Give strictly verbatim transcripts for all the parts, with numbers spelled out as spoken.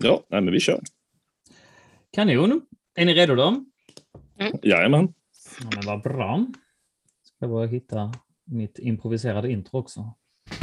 Ja, nej, men vi kör. Kanon. Är ni redo då? Mm. Jajamän. Ja, men vad bra. Ska jag bara hitta mitt improviserade intro också.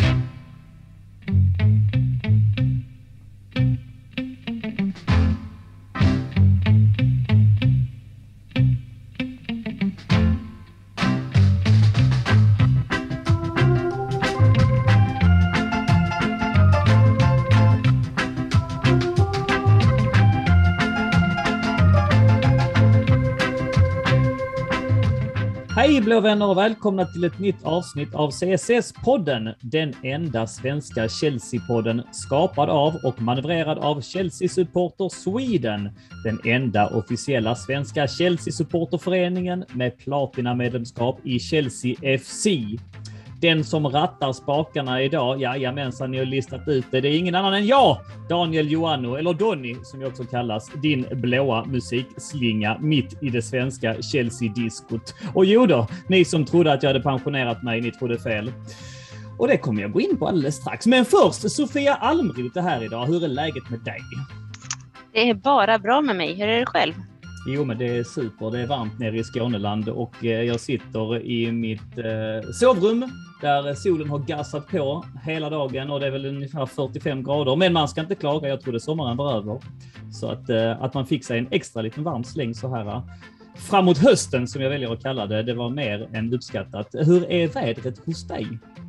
Hej blå vänner och välkomna till ett nytt avsnitt av C S S-podden. Den enda svenska Chelsea-podden skapad av och manövrerad av Chelsea Supporter Sweden. Den enda officiella svenska Chelsea-supporterföreningen med platinamedlemskap i Chelsea F C. Den som rattar spakarna idag, jajamensan, ni har listat ut det. Det är ingen annan än jag, Daniel Joannou, eller Donny som jag också kallas, din blåa musikslinga mitt i det svenska Chelsea-diskot. Och jo då, ni som trodde att jag hade pensionerat mig, ni trodde fel. Och det kommer jag gå in på alldeles strax. Men först, Sofia Almroth är här idag. Hur är läget med dig? Det är bara bra med mig. Hur är det själv? Jo, men det är super. Det är varmt nere i Skåneland och jag sitter i mitt eh, sovrum där solen har gassat på hela dagen och det är väl ungefär fyrtiofem grader. Men man ska inte klaga, jag trodde sommaren var över. Så att, eh, att man fick sig en extra liten varm släng så här framåt hösten, som jag väljer att kalla det, det var mer än uppskattat. Hur är vädret hos dig?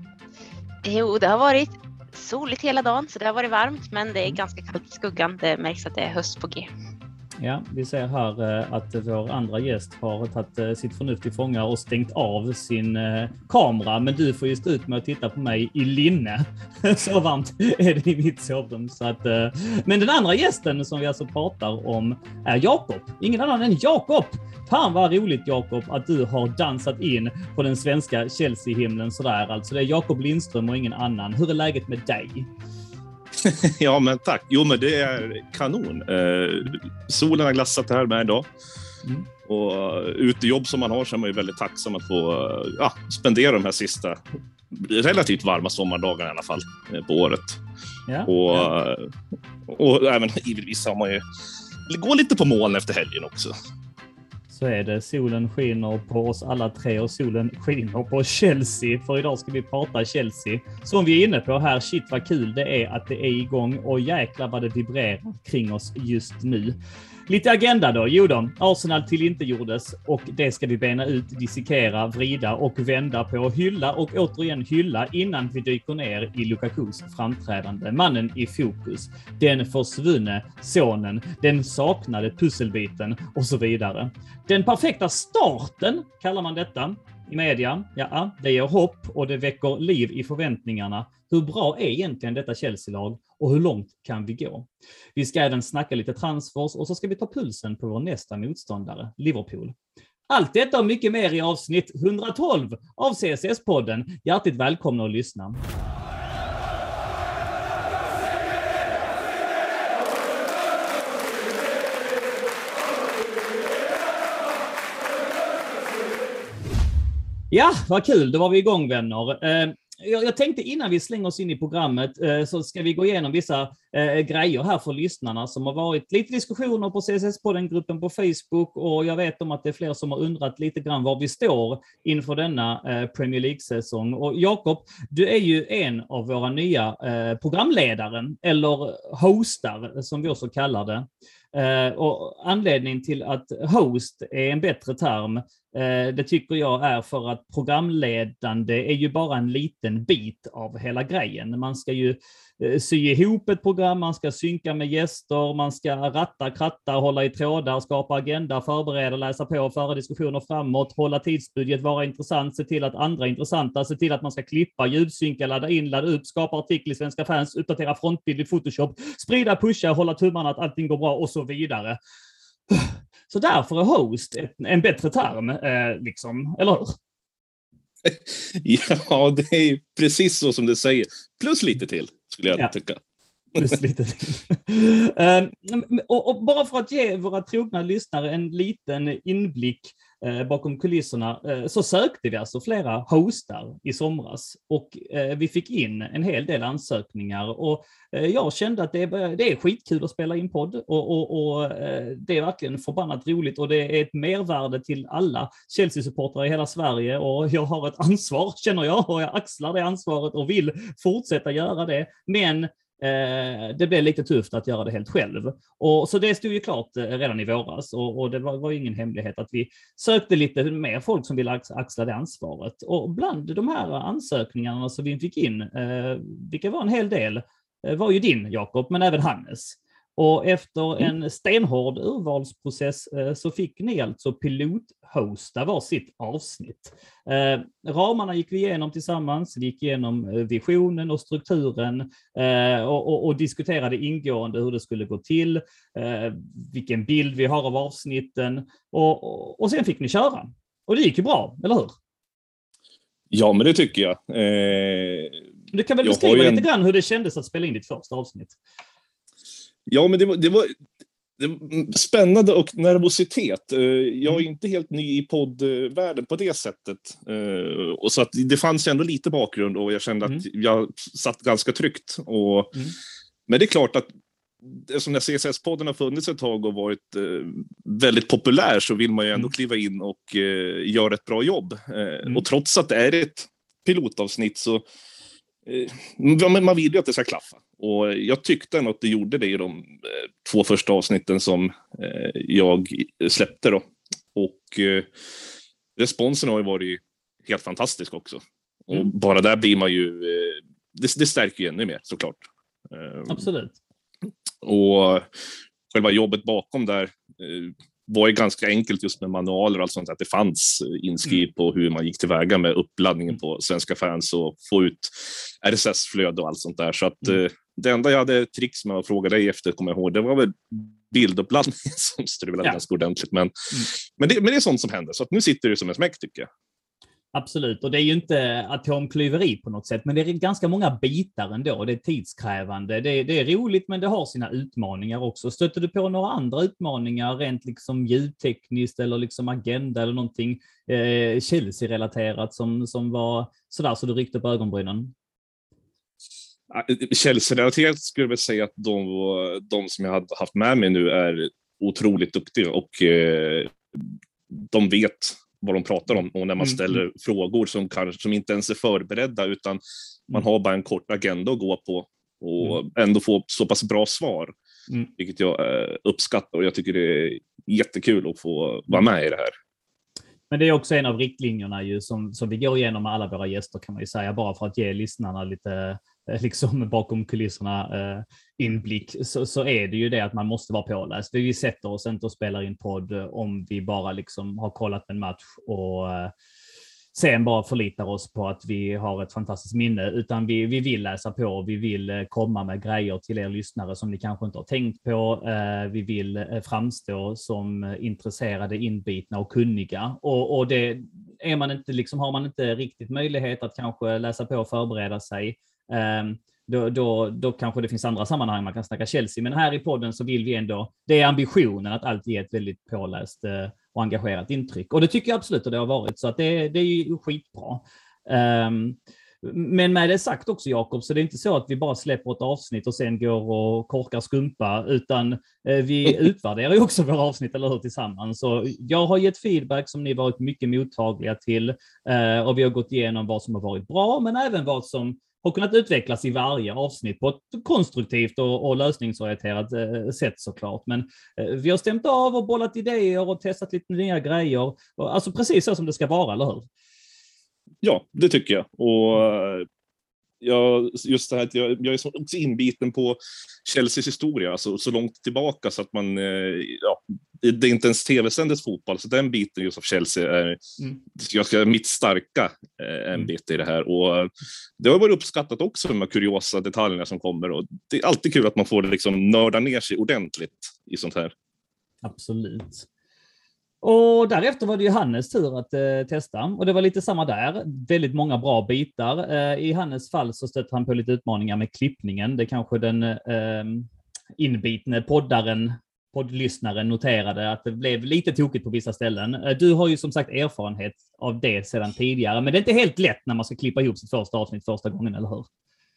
Jo, det har varit soligt hela dagen så det har varit varmt, men det är ganska kallt i skuggan. Det märks att det är höst på G. Ja, vi ser här att vår andra gäst har tagit sitt förnuft i fånga och stängt av sin kamera. Men du får ju stå ut med att titta på mig i linne. Så varmt är det i mitt sovrum. Så att, men den andra gästen som vi alltså pratar om är Jakob. Ingen annan än Jakob. Fan vad roligt, Jakob, att du har dansat in på den svenska Chelsea-himlen sådär. Alltså det är Jakob Lindström och ingen annan. Hur är läget med dig? Ja, men tack. Jo, men det är kanon. Eh, solen har glassat här med idag. Mm. Och utejobb som man har så är man ju väldigt tacksam att få ja, spendera de här sista relativt varma sommardagarna i alla fall eh, på året. Ja, och, ja. och, och även givetvis har man ju går lite på moln efter helgen också. Så är det. Solen skiner på oss alla tre och solen skiner på Chelsea. För idag ska vi prata Chelsea. Som vi är inne på här, shit vad kul det är att det är igång och jäklar vad det vibrerar kring oss just nu. Lite agenda då. Jo då, Arsenal till inte gjordes och det ska vi bena ut, dissekera, vrida och vända på, hylla och återigen hylla innan vi dyker ner i Lukakus framträdande. Mannen i fokus, den försvunne sonen, den saknade pusselbiten och så vidare. Den perfekta starten kallar man detta i media. Ja, det ger hopp och det väcker liv i förväntningarna. Hur bra är egentligen detta Chelsea-lag och hur långt kan vi gå? Vi ska även snacka lite transfers och så ska vi ta pulsen på vår nästa motståndare, Liverpool. Allt detta och mycket mer i avsnitt etthundratolv av C S S-podden. Hjärtligt välkomna att lyssna. Ja, vad kul. Då var vi igång, vänner. Eh, jag, jag tänkte innan vi slänger oss in i programmet eh, så ska vi gå igenom vissa eh, grejer här för lyssnarna som har varit lite diskussioner på C S S-podden-gruppen på Facebook och jag vet om att det är fler som har undrat lite grann var vi står inför denna eh, Premier League-säsong. Och Jakob, du är ju en av våra nya eh, programledare eller hostar som vi också kallar det. Uh, och anledningen till att host är en bättre term, uh, det tycker jag är för att programledande är ju bara en liten bit av hela grejen. Man ska ju uh, sy ihop ett program, man ska synka med gäster, man ska ratta, kratta, hålla i trådar, skapa agenda, förbereda, läsa på, föra diskussioner framåt, hålla tidsbudget, vara intressant, se till att andra är intressanta, se till att man ska klippa, ljudsynka, ladda in, ladda upp, skapa artiklar i Svenska fans, uppdatera frontbild i Photoshop, sprida, pusha, hålla tummarna att allting går bra och så vidare. Så därför är host en bättre term, eh, liksom, eller hur? Ja, det är precis så som du säger. Plus lite till, skulle jag ja. tycka. Plus lite till. uh, och, och bara för att ge våra trogna lyssnare en liten inblick eh, bakom kulisserna eh, så sökte vi alltså flera hostar i somras och eh, vi fick in en hel del ansökningar och eh, jag kände att det är, det är skitkul att spela in podd och, och, och eh, det är verkligen förbannat roligt och det är ett mervärde till alla Chelsea-supportrar i hela Sverige och jag har ett ansvar, känner jag, och jag axlar det ansvaret och vill fortsätta göra det, men eh, det blev lite tufft att göra det helt själv. Och, så det stod ju klart eh, redan i våras och, och det var, var ingen hemlighet att vi sökte lite mer folk som ville axla det ansvaret. Och bland de här ansökningarna som vi fick in, eh, vilka var en hel del, eh, var ju din, Jakob, men även Hannes. Och efter en stenhård urvalsprocess eh, så fick ni alltså pilothosta var sitt avsnitt. Eh, ramarna gick vi igenom tillsammans, vi gick igenom eh, visionen och strukturen eh, och, och, och diskuterade ingående hur det skulle gå till, eh, vilken bild vi har av avsnitten och, och, och sen fick ni köra. Och det gick ju bra, eller hur? Ja, men det tycker jag. Eh, du kan väl beskriva lite en... grann hur det kändes att spela in ditt första avsnitt? Ja, men det var, det var, det var spännande och nervositet. Jag är inte helt ny i poddvärlden på det sättet. Och så att det fanns ändå lite bakgrund och jag kände mm. att jag satt ganska tryggt. Och, mm. Men det är klart att som när C S S-podden har funnits ett tag och varit väldigt populär så vill man ju ändå mm. kliva in och göra ett bra jobb. Mm. Och trots att det är ett pilotavsnitt så man vill ju att det ska klaffa. Och jag tyckte att det gjorde det i de eh, två första avsnitten som eh, jag släppte då. Och eh, responsen har ju varit helt fantastisk också. Och mm. bara där blir man ju, eh, det, det stärker ju ännu mer såklart. Eh, Absolut. Och själva jobbet bakom där eh, var ju ganska enkelt just med manualer och allt sånt, att det fanns inskrivet på hur man gick tillväga med uppladdningen på Svenska fans och få ut R S S-flöde och allt sånt där. Så att mm. eh, det enda jag hade tricks med att fråga dig efter, kommer jag ihåg, det var väl bilduppladdningen som strulade ja. ganska ordentligt. Men, mm. men, det, men det är sånt som händer, så att nu sitter det som en smäck tycker jag. Absolut, och det är ju inte atomklyveri på något sätt, men det är ganska många bitar ändå. Det är tidskrävande, det är, det är roligt, men det har sina utmaningar också. Stöter du på några andra utmaningar, rent liksom ljudtekniskt eller liksom agenda eller någonting eh, Chelsea-relaterat som, som var sådär så du ryckte på ögonbrynen? Chelsea-relaterat skulle jag väl säga att de, de som jag har haft med mig nu är otroligt duktiga och eh, de vet vad de pratar om och när man ställer mm. frågor som, kanske, som inte ens är förberedda utan man har bara en kort agenda att gå på och mm. ändå få så pass bra svar, mm. vilket jag eh, uppskattar och jag tycker det är jättekul att få vara med i det här. Men det är också en av riktlinjerna ju som, som vi går igenom med alla våra gäster kan man ju säga, bara för att ge lyssnarna lite liksom bakom kulisserna eh, inblick, så, så är det ju det att man måste vara påläst. Vi sätter oss inte och spelar in podd om vi bara liksom har kollat en match och eh, sen bara förlitar oss på att vi har ett fantastiskt minne, utan vi, vi vill läsa på, vi vill eh, komma med grejer till er lyssnare som ni kanske inte har tänkt på. Eh, vi vill eh, framstå som intresserade, inbitna och kunniga. Och, och det är man inte, liksom, har man inte riktigt möjlighet att kanske läsa på och förbereda sig, Um, då, då, då kanske det finns andra sammanhang man kan snacka Chelsea, men här i podden så vill vi ändå, det är ambitionen att alltid ge ett väldigt påläst uh, och engagerat intryck, och det tycker jag absolut att det har varit, så att det, det är ju skitbra. Um, men med det sagt också, Jakob, så det är inte så att vi bara släpper ett avsnitt och sen går och korkar skumpa, utan uh, vi utvärderar ju också våra avsnitt, eller hur, tillsammans. Så jag har gett feedback som ni varit mycket mottagliga till, uh, och vi har gått igenom vad som har varit bra, men även vad som har kunnat utvecklas i varje avsnitt på ett konstruktivt och, och lösningsorienterat eh, sätt såklart. Men eh, vi har stämt av och bollat idéer och testat lite nya grejer. Och, alltså precis så som det ska vara, eller hur? Ja, det tycker jag. Och jag, just det här att jag, jag är också inbiten på Chelseas historia, alltså så långt tillbaka så att man, ja, det är inte ens tv-sändes fotboll, så den biten just av Chelsea är mm. jag ska, mitt starka eh, en bit i det här, och det har varit uppskattat också med kuriosa detaljerna som kommer, och det är alltid kul att man får liksom nörda ner sig ordentligt i sånt här. Absolut. Och därefter var det ju Hannes tur att eh, testa, och det var lite samma där. Väldigt många bra bitar. Eh, I Hannes fall så stötte han på lite utmaningar med klippningen. Det kanske den eh, inbitne poddaren poddlyssnare noterade att det blev lite tokigt på vissa ställen. Du har ju som sagt erfarenhet av det sedan tidigare, men det är inte helt lätt när man ska klippa ihop sitt första avsnitt första gången, eller hur?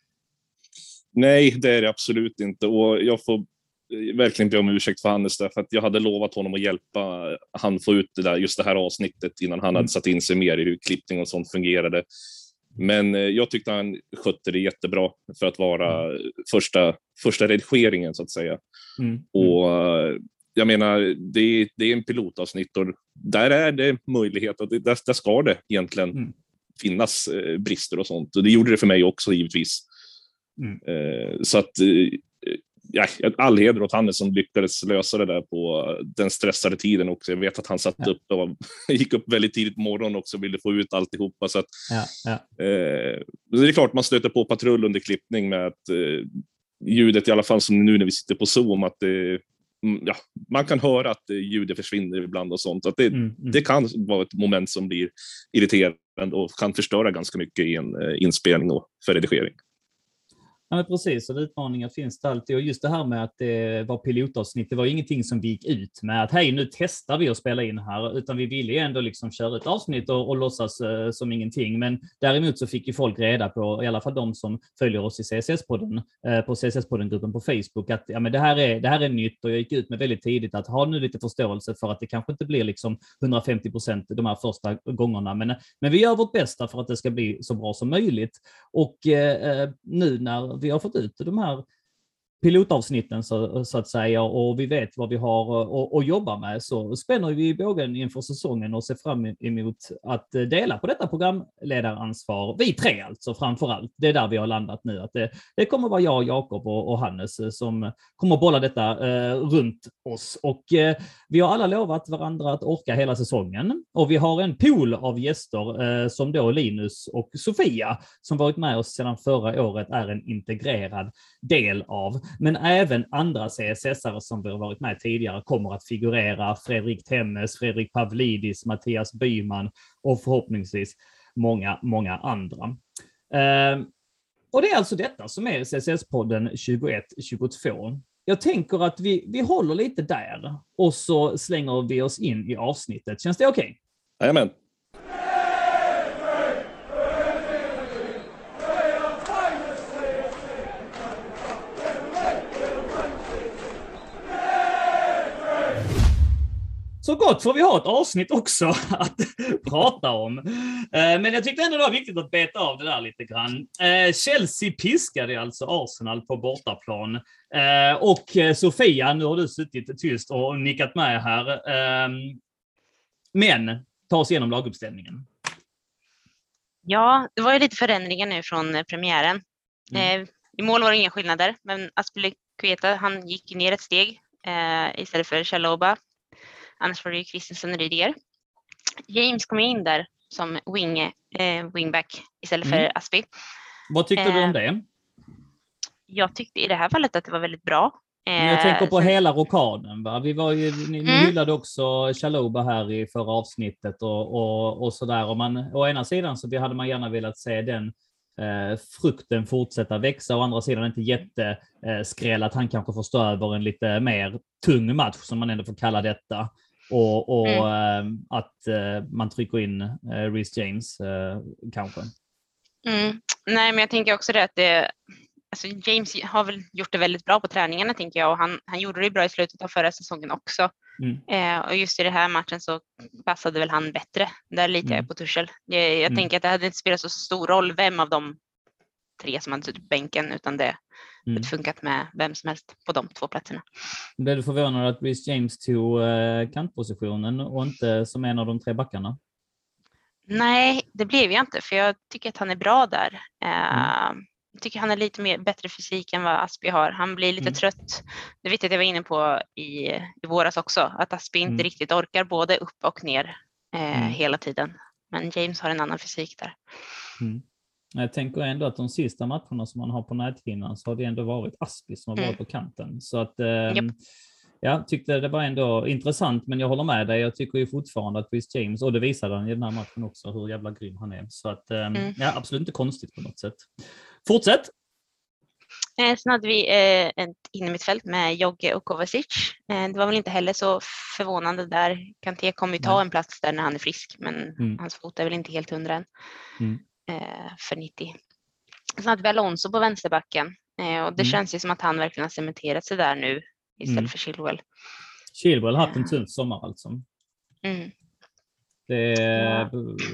Nej, det är det absolut inte. Och jag får verkligen be om ursäkt för Hannes där, för att jag hade lovat honom att hjälpa han få ut det där, just det här avsnittet innan han mm. hade satt in sig mer i hur klippning och sånt fungerade. Men jag tyckte han skötte det jättebra för att vara mm. första, första redigeringen så att säga. Mm. Och jag menar, det är, det är en pilotavsnitt och där är det möjlighet att det, där, där ska det egentligen mm. finnas eh, brister och sånt. Och det gjorde det för mig också givetvis. Mm. Eh, så att eh, ja, all heder åt Hannes som lyckades lösa det där på den stressade tiden också. Jag vet att han satt ja. upp och gick upp väldigt tidigt på morgonen också och ville få ut alltihopa. Så att, ja, ja. Eh, det är klart man stöter på patrull under klippning med att eh, ljudet, i alla fall som nu när vi sitter på Zoom, att det, ja, man kan höra att ljudet försvinner ibland och sånt. Att det, mm, mm. det kan vara ett moment som blir irriterande och kan förstöra ganska mycket i en eh, inspelning och för redigering. Ja, men precis, och utmaningar finns det alltid. Och just det här med att det var pilotavsnitt, det var ingenting som vi gick ut med att hej, nu testar vi att spela in här, utan vi ville ju ändå liksom köra ett avsnitt och, och låtsas uh, som ingenting. Men däremot så fick ju folk reda på, i alla fall de som följer oss i C S S-podden, uh, på C S S-podden-gruppen på Facebook, att ja, men det, här är, det här är nytt, och jag gick ut med väldigt tidigt att ha nu lite förståelse för att det kanske inte blir liksom hundrafemtio procent de här första gångerna, men, men vi gör vårt bästa för att det ska bli så bra som möjligt. Och uh, nu när vi har fått ut de här pilotavsnitten så, så att säga, och vi vet vad vi har att jobba med, så spänner vi bågen inför säsongen och ser fram emot att dela på detta programledaransvar. Vi tre alltså framför allt. Det är där vi har landat nu. Att det, det kommer vara jag, Jakob och, och Hannes som kommer bolla detta eh, runt oss. Och eh, vi har alla lovat varandra att orka hela säsongen. Och vi har en pool av gäster eh, som då Linus och Sofia, som varit med oss sedan förra året, är en integrerad del av. Men även andra C S S-are som vi har varit med tidigare kommer att figurera. Fredrik Temmes, Fredrik Pavlidis, Mattias Byman och förhoppningsvis många, många andra. Eh, och det är alltså detta som är C S S-podden tjugoett tjugotvå. Jag tänker att vi, vi håller lite där och så slänger vi oss in i avsnittet. Känns det okej? Okay? Jajamän. Så gott får vi ha ett avsnitt också att prata om. Men jag tyckte ändå det var viktigt att beta av det där lite grann. Chelsea piskade alltså Arsenal på bortaplan. Och Sofia, nu har du suttit tyst och nickat med här. Men ta oss igenom laguppställningen. Ja, det var ju lite förändringar nu från premiären. Mm. I mål var det inga skillnader, men Azpilicueta, han gick ner ett steg istället för Chalobah. Annars var det ju Christensen och Rydiger. James kom in där som wing, eh, wingback istället för mm. Aspi. Vad tyckte eh, du om det? Jag tyckte i det här fallet att det var väldigt bra. Eh, jag tänker på sen... hela rokaden. Va? Vi var ju, ni, mm. ni hyllade också Chalobah här i förra avsnittet och, och, och sådär. Och man, å ena sidan så hade man gärna velat se den eh, frukten fortsätta växa. Å andra sidan inte jätteskräll att han kanske får stå över en lite mer tung match, som man ändå får kalla detta. Och, och mm. äh, att äh, man trycker in äh, Reece James äh, kanske. Mm. Nej, men jag tänker också det att det, alltså James har väl gjort det väldigt bra på träningarna, tänker jag. Och han, han gjorde det bra i slutet av förra säsongen också. Mm. Eh, och just i den här matchen så passade väl han bättre. Där litar mm. jag på Tuchel. Jag, jag mm. tänker att det hade inte spelat så stor roll vem av de tre som hade suttit på bänken, utan det mm. hade funkat med vem som helst på de två platserna. Blev du förvånad att Reece James tog eh, kantpositionen och inte som en av de tre backarna? Nej, det blev jag inte, för jag tycker att han är bra där. Eh, mm. Jag tycker han är lite mer, bättre fysik än vad Aspi har. Han blir lite mm. trött. Det vet jag att jag var inne på i, i våras också, att Aspi inte mm. riktigt orkar både upp och ner eh, mm. hela tiden. Men James har en annan fysik där. Mm. Jag tänker ändå att de sista matcherna som man har på näthinnan så har det ändå varit Aspi som har varit mm. på kanten. Så att eh, yep. jag tyckte det var ändå intressant, men jag håller med dig. Jag tycker ju fortfarande att Reece James, och det visade han i den här matchen också, hur jävla grym han är. Så att eh, mm. ja, absolut inte konstigt på något sätt. Fortsätt! Eh, sen hade vi eh, ett innermittfält med Jogge och Kovacic. Eh, det var väl inte heller så förvånande där. Kanté kommer ju ta Nej. en plats där när han är frisk, men mm. hans fot är väl inte helt hundra än mm. eh, för nittio. Sen hade vi Alonso på vänsterbacken eh, och det mm. känns ju som att han verkligen har cementerat sig där nu istället mm. för Chilwell. Chilwell har haft en tuff sommar alltså. Mm. Det ja.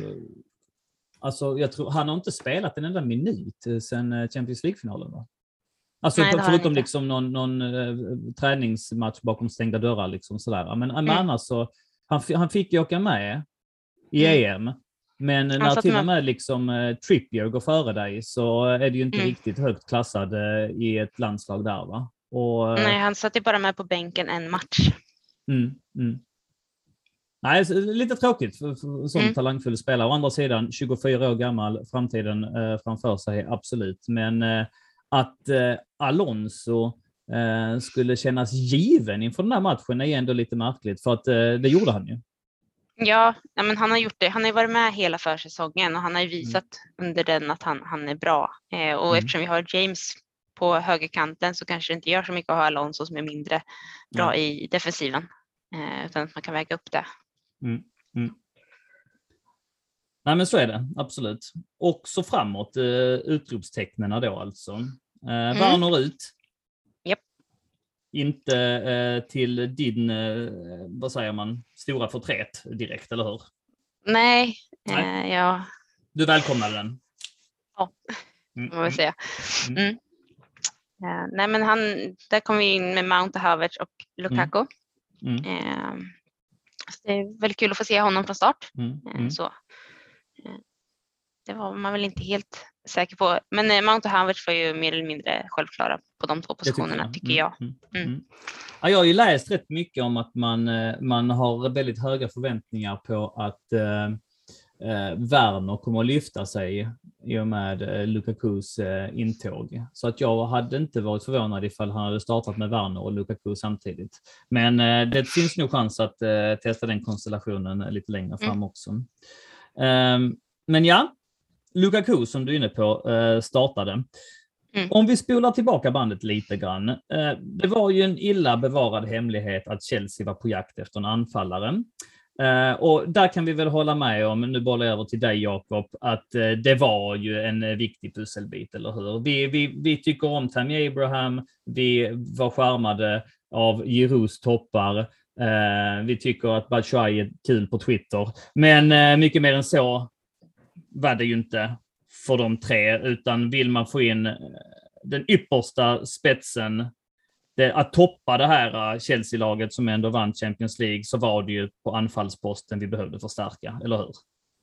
Alltså, jag tror han har inte spelat en enda minut sedan Champions League-finalen, va? Alltså Nej, förutom liksom någon, någon uh, träningsmatch bakom stängda dörrar liksom sådär. Men mm. annars så han, han fick ju åka med i mm. E M. Men när till och med liksom uh, Trippier går före dig så är det ju inte mm. riktigt högt klassad uh, i ett landslag där, va? Och, uh, Nej, han satt ju bara med på bänken en match. Mm, mm. Nej, lite tråkigt för, för sån mm. talangfull spelare. Å andra sidan, tjugofyra år gammal, framtiden eh, framför sig, absolut. Men eh, att eh, Alonso eh, skulle kännas given inför den här matchen är ändå lite märkligt. För att eh, det gjorde han ju. Ja, ja, men han har gjort det. Han har ju varit med hela försäsongen och han har ju visat mm. under den att han, han är bra. Eh, och mm. eftersom vi har James på högerkanten så kanske det inte gör så mycket att ha Alonso som är mindre bra mm. i defensiven. Eh, utan att man kan väga upp det. Mm, mm. Nej, men så är det, absolut. Och så framåt, eh, utropstecknena då alltså. Eh, mm. Werner ut. Yep. Inte eh, till din, eh, vad säger man, stora förtret direkt, eller hur? Nej, Nej. Eh, ja. Du välkomnar den. Ja, mm. må jag säga. Mm. Mm. Uh, nej, men han, där kom vi in med Mount, Havertz och Lukaku. Mm. Mm. Uh, det är väldigt kul att få se honom från start. Mm. Mm. Så, det var man väl inte helt säker på. Men Mount och Havertz var ju mer eller mindre självklara på de två positionerna, tycker jag. Tycker jag. Mm. Mm. Ja, jag har ju läst rätt mycket om att man, man har väldigt höga förväntningar på att eh, Werner kommer att lyfta sig i och med eh, Lukakus eh, intåg. Så att jag hade inte varit förvånad ifall han hade startat med Werner och Lukaku samtidigt. Men eh, det finns nog chans att eh, testa den konstellationen lite längre fram mm. också. Um, men ja, Lukaku som du är inne på eh, startade. Mm. Om vi spolar tillbaka bandet lite grann. Eh, det var ju en illa bevarad hemlighet att Chelsea var på jakt efter en anfallare. Uh, och där kan vi väl hålla med om, nu bollar jag över till dig Jakob, att uh, det var ju en uh, viktig pusselbit, eller hur? Vi, vi, vi tycker om Tammy Abraham, vi var skärmade av Giroux toppar, uh, vi tycker att Batshuayi är kul på Twitter, men uh, mycket mer än så var det ju inte för de tre, utan vill man få in uh, den yppersta spetsen, Det, att toppa det här Chelsea-laget som ändå vann Champions League, så var det ju på anfallsposten vi behövde förstärka, eller hur?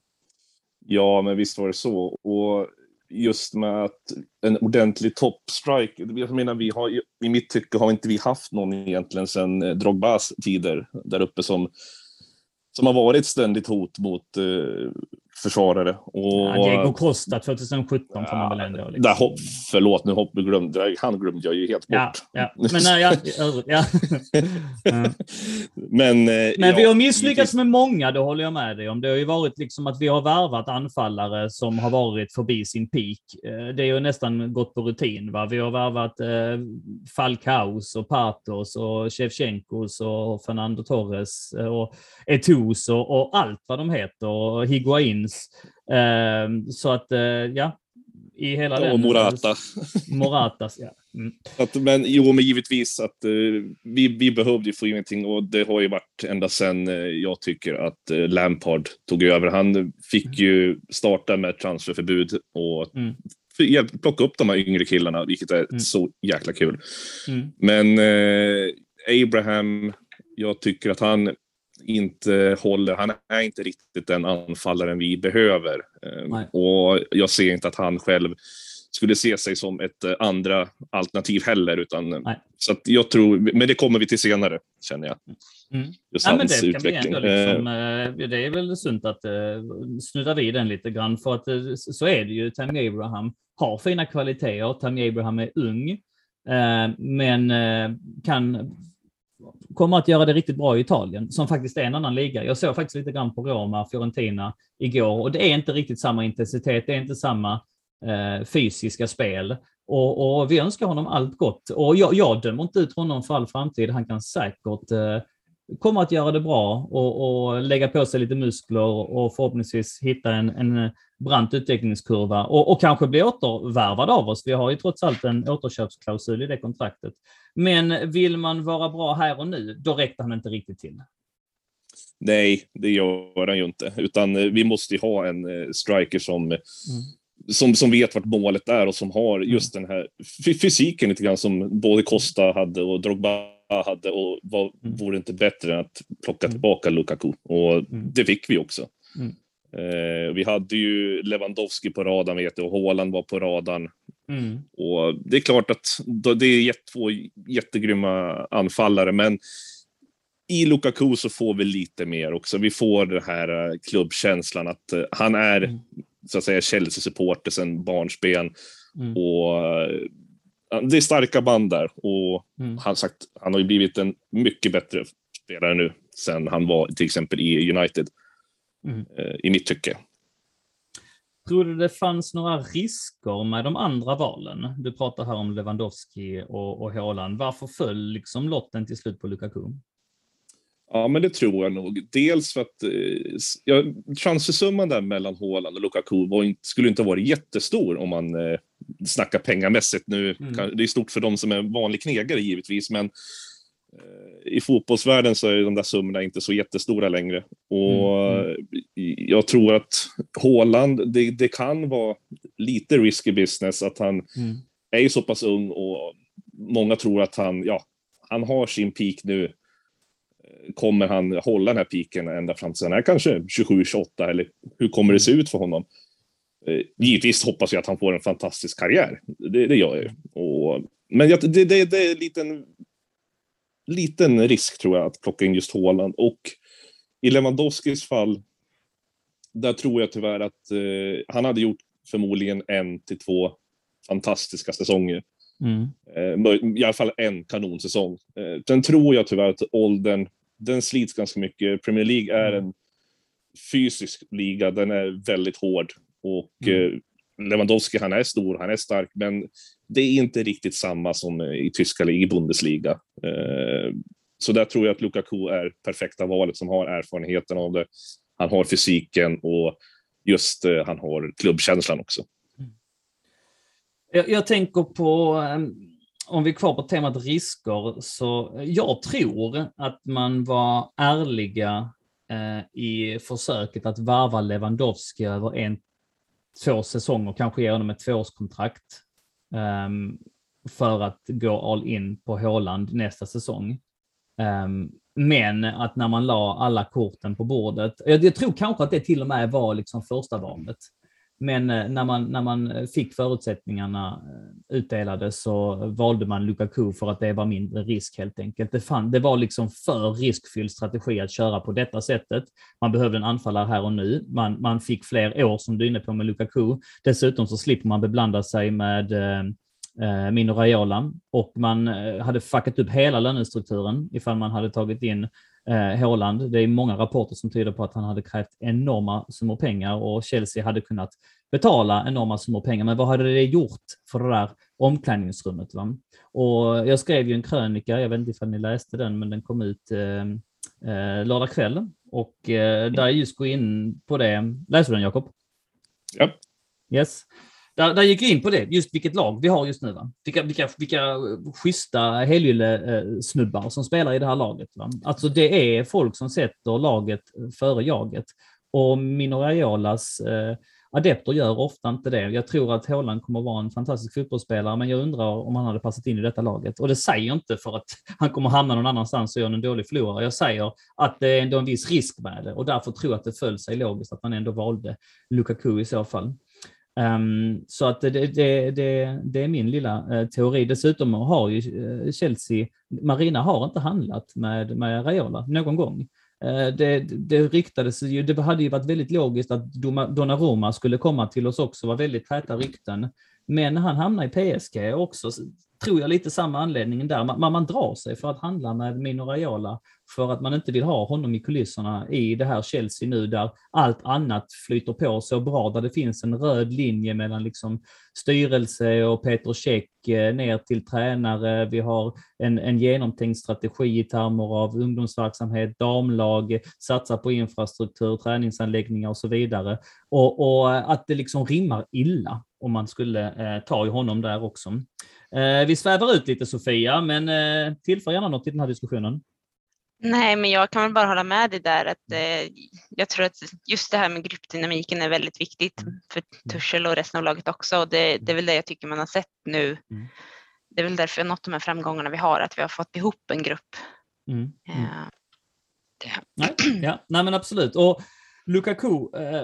Ja, men visst var det så. Och just med att en ordentlig toppstrike, jag menar, vi har, i mitt tycke har inte vi haft någon egentligen sedan Drogbas tider där uppe som, som har varit ständigt hot mot eh, försvarare. Och, ja, Diego Costa tjugosjutton får man väl ändå. Liksom. Där hopp, förlåt, nu hopp, glömde, han glömde jag ju helt bort. Ja, ja. Men, nej, ja, ja. ja. Men, eh, Men ja, vi har misslyckats med många, då håller jag med dig om. Det har ju varit liksom att vi har värvat anfallare som har varit förbi sin peak. Det är ju nästan gått på rutin, va? Vi har värvat eh, Falcaos och Patos och Shevchenkos och Fernando Torres och Etos och, och allt vad de heter, och Higuain. Uh, så att uh, ja, i hela ja, den och Morata. Moratas, ja. Mm. Att, men jo, men givetvis att uh, vi, vi behövde ju få ingenting, och det har ju varit ända sedan uh, jag tycker att uh, Lampard tog över. Han fick mm. ju starta med transferförbud och mm. plocka upp de här yngre killarna, vilket är mm. så jäkla kul. Mm. Men uh, Abraham, jag tycker att han inte håller, han är inte riktigt den anfallaren vi behöver. Nej. Och jag ser inte att han själv skulle se sig som ett andra alternativ heller, utan Nej. Så att jag tror, men det kommer vi till senare, känner jag. Mm. Just ja, men det utveckling. Kan vi ändå liksom, uh, det är väl sunt att uh, snudda vid den lite grann, för att uh, så är det ju. Tammy Abraham har fina kvaliteter, Tammy Abraham är ung, uh, men uh, kan kommer att göra det riktigt bra i Italien, som faktiskt är en annan liga. Jag såg faktiskt lite grann på Roma, Fiorentina igår, och det är inte riktigt samma intensitet, det är inte samma eh, fysiska spel. Och, och vi önskar honom allt gott. Och jag, jag dömer inte ut honom för all framtid. Han kan säkert eh, komma att göra det bra och, och lägga på sig lite muskler och förhoppningsvis hitta en, en brant utvecklingskurva och, och kanske bli återvärvad av oss. Vi har ju trots allt en återköpsklausul i det kontraktet. Men vill man vara bra här och nu, då räcker han inte riktigt till. Nej, det gör han ju inte. Utan vi måste ju ha en striker som, mm. som, som vet vart målet är och som har just den här fysiken lite grann som både Costa hade och Drogba hade, och vad mm. vore inte bättre än att plocka tillbaka Lukaku, och mm. det fick vi också. Mm. Eh, vi hade ju Lewandowski på radarn, vet jag, och Haaland var på radarn. Mm. Och det är klart att det är två jättegrymma anfallare, men i Lukaku så får vi lite mer också. Vi får den här klubbkänslan att han är mm. så att säga Chelsea-supporter sedan barnsben. Mm. Och det är starka band där. Och mm. han, sagt, han har ju blivit en mycket bättre spelare nu sen han var till exempel i United. Mm. I mitt tycke. Tror du det fanns några risker med de andra valen? Du pratar här om Lewandowski och, och Haaland. Varför föll liksom lotten till slut på Lukaku? Ja, men det tror jag nog. Dels för att eh, ja, transfersumman där mellan Haaland och Lukaku var inte, skulle inte ha varit jättestor om man eh, snackar pengamässigt nu. Mm. Det är stort för de som är vanlig knegare givetvis, men eh, i fotbollsvärlden så är de där summorna inte så jättestora längre. Och mm. Mm. jag tror att Haaland, det, det kan vara lite risky business att han mm. är så pass ung, och många tror att han, ja, han har sin peak nu. Kommer han hålla den här piken ända fram till sen är kanske tjugosju tjugoåtta, eller hur kommer det se ut för honom? Eh, givetvis hoppas jag att han får en fantastisk karriär. Det, det gör jag ju. Och, men det, det, det är en liten, liten risk tror jag att plocka in just Haaland. Och i Lewandowskis fall, där tror jag tyvärr att eh, han hade gjort förmodligen en till två fantastiska säsonger. Mm. Eh, I alla fall en kanonsäsong. Eh, sen tror jag tyvärr att åldern, den slits ganska mycket. Premier League är en fysisk liga, den är väldigt hård. Och mm. eh, Lewandowski, han är stor, han är stark, men det är inte riktigt samma som i tyska liga, i Bundesliga. Eh, så där tror jag att Lukaku är perfekta valet, som har erfarenheten av det. Han har fysiken och just eh, han har klubbkänslan också. Jag, jag tänker på, om vi är kvar på temat risker, så jag tror att man var ärliga eh, i försöket att varva Lewandowski över en, två säsonger, kanske ge honom ett tvåårskontrakt eh, för att gå all in på Haaland nästa säsong. Eh, men att när man la alla korten på bordet, jag, jag tror kanske att det till och med var liksom första valet. Men när man, när man fick förutsättningarna utdelade så valde man Lukaku för att det var mindre risk helt enkelt. Det, fann, det var liksom för riskfylld strategi att köra på detta sättet. Man behövde en anfallare här och nu. Man, man fick fler år som du är inne på med Lukaku. Dessutom så slipper man beblanda sig med eh, Mino Raiola. Och man hade fuckat upp hela lönestrukturen ifall man hade tagit in Eh, Haaland. Det är många rapporter som tyder på att han hade krävt enorma summor pengar och Chelsea hade kunnat betala enorma summor pengar. Men vad hade det gjort för det där omklädningsrummet? Va? Och jag skrev ju en krönika, jag vet inte om ni läste den, men den kom ut eh, eh, lördag kväll. Och eh, där just gå in på det. Läser du den, Jakob? Ja. Yes. Där, där gick jag in på det, just vilket lag vi har just nu. Va? Vilka, vilka, vilka schyssta helgylle-snubbar som spelar i det här laget. Va? Alltså det är folk som sätter laget före jaget. Och Mino Raiolas eh, adepter gör ofta inte det. Jag tror att Haaland kommer att vara en fantastisk fotbollsspelare, men jag undrar om han hade passat in i detta laget. Och det säger jag inte för att han kommer hamna någon annanstans och göra en dålig förlorare. Jag säger att det är ändå en viss risk med det. Och därför tror jag att det föll sig logiskt att man ändå valde Lukaku i så fall. Um, så att det, det, det, det är min lilla uh, teori. Dessutom har ju uh, Chelsea, Marina har inte handlat med, med Raiola någon gång. Uh, det, det ryktades ju, det hade ju varit väldigt logiskt att Donnarumma skulle komma till oss också, var väldigt täta rykten. Men han hamnar i P S G också. tror jag lite samma anledning där. Man, man drar sig för att handla med Mino Raiola för att man inte vill ha honom i kulisserna i det här Chelsea nu där allt annat flyter på så bra, där det finns en röd linje mellan liksom styrelse och Petr Cech ner till tränare. Vi har en, en genomtänkt strategi i termer av ungdomsverksamhet, damlag, satsa på infrastruktur, träningsanläggningar och så vidare. Och, och att det liksom rimmar illa om man skulle eh, ta i honom där också. Eh, vi svävar ut lite, Sofia, men eh, tillför gärna något i den här diskussionen. Nej, men jag kan väl bara hålla med dig där att eh, jag tror att just det här med gruppdynamiken är väldigt viktigt för Tuchel och resten av laget också. Och det, det är väl det jag tycker man har sett nu. Mm. Det är väl därför något av de här framgångarna vi har, att vi har fått ihop en grupp. Mm. Mm. Uh, nej, ja, nej, men absolut. Och Lukaku... Eh,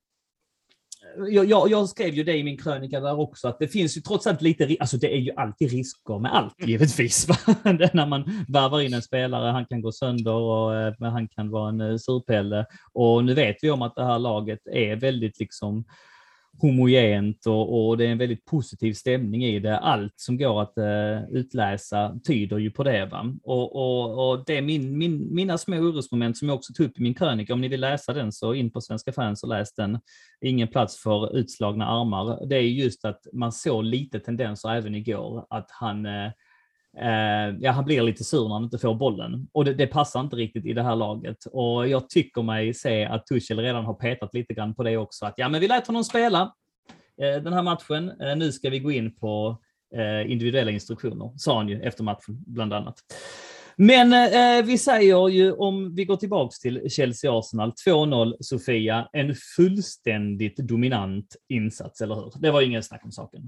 Jag, jag, jag skrev ju det i min krönika där också, att det finns ju trots allt lite, alltså det är ju alltid risker med allt givetvis. När man värvar in en spelare, han kan gå sönder och men han kan vara en surpelle. Och nu vet vi om att det här laget är väldigt liksom homogent och, och det är en väldigt positiv stämning i det. Allt som går att uh, utläsa tyder ju på det. Va? Och, och, och det är min, min, mina små orosmoment som jag också tog upp i min krönika. Om ni vill läsa den så in på Svenska fans och läs den. Ingen plats för utslagna armar. Det är just att man såg lite tendenser även igår att han uh, Uh, ja, han blir lite sur när han inte får bollen. Och det, det passar inte riktigt i det här laget. Och jag tycker mig se att Tuchel redan har petat lite grann på det också. Att ja, men vi lät honom spela uh, den här matchen. Uh, nu ska vi gå in på uh, individuella instruktioner, sa han ju efter matchen bland annat. Men uh, vi säger ju, om vi går tillbaks till Chelsea-Arsenal, två noll, Sofia, en fullständigt dominant insats, eller hur? Det var ingen snack om saken.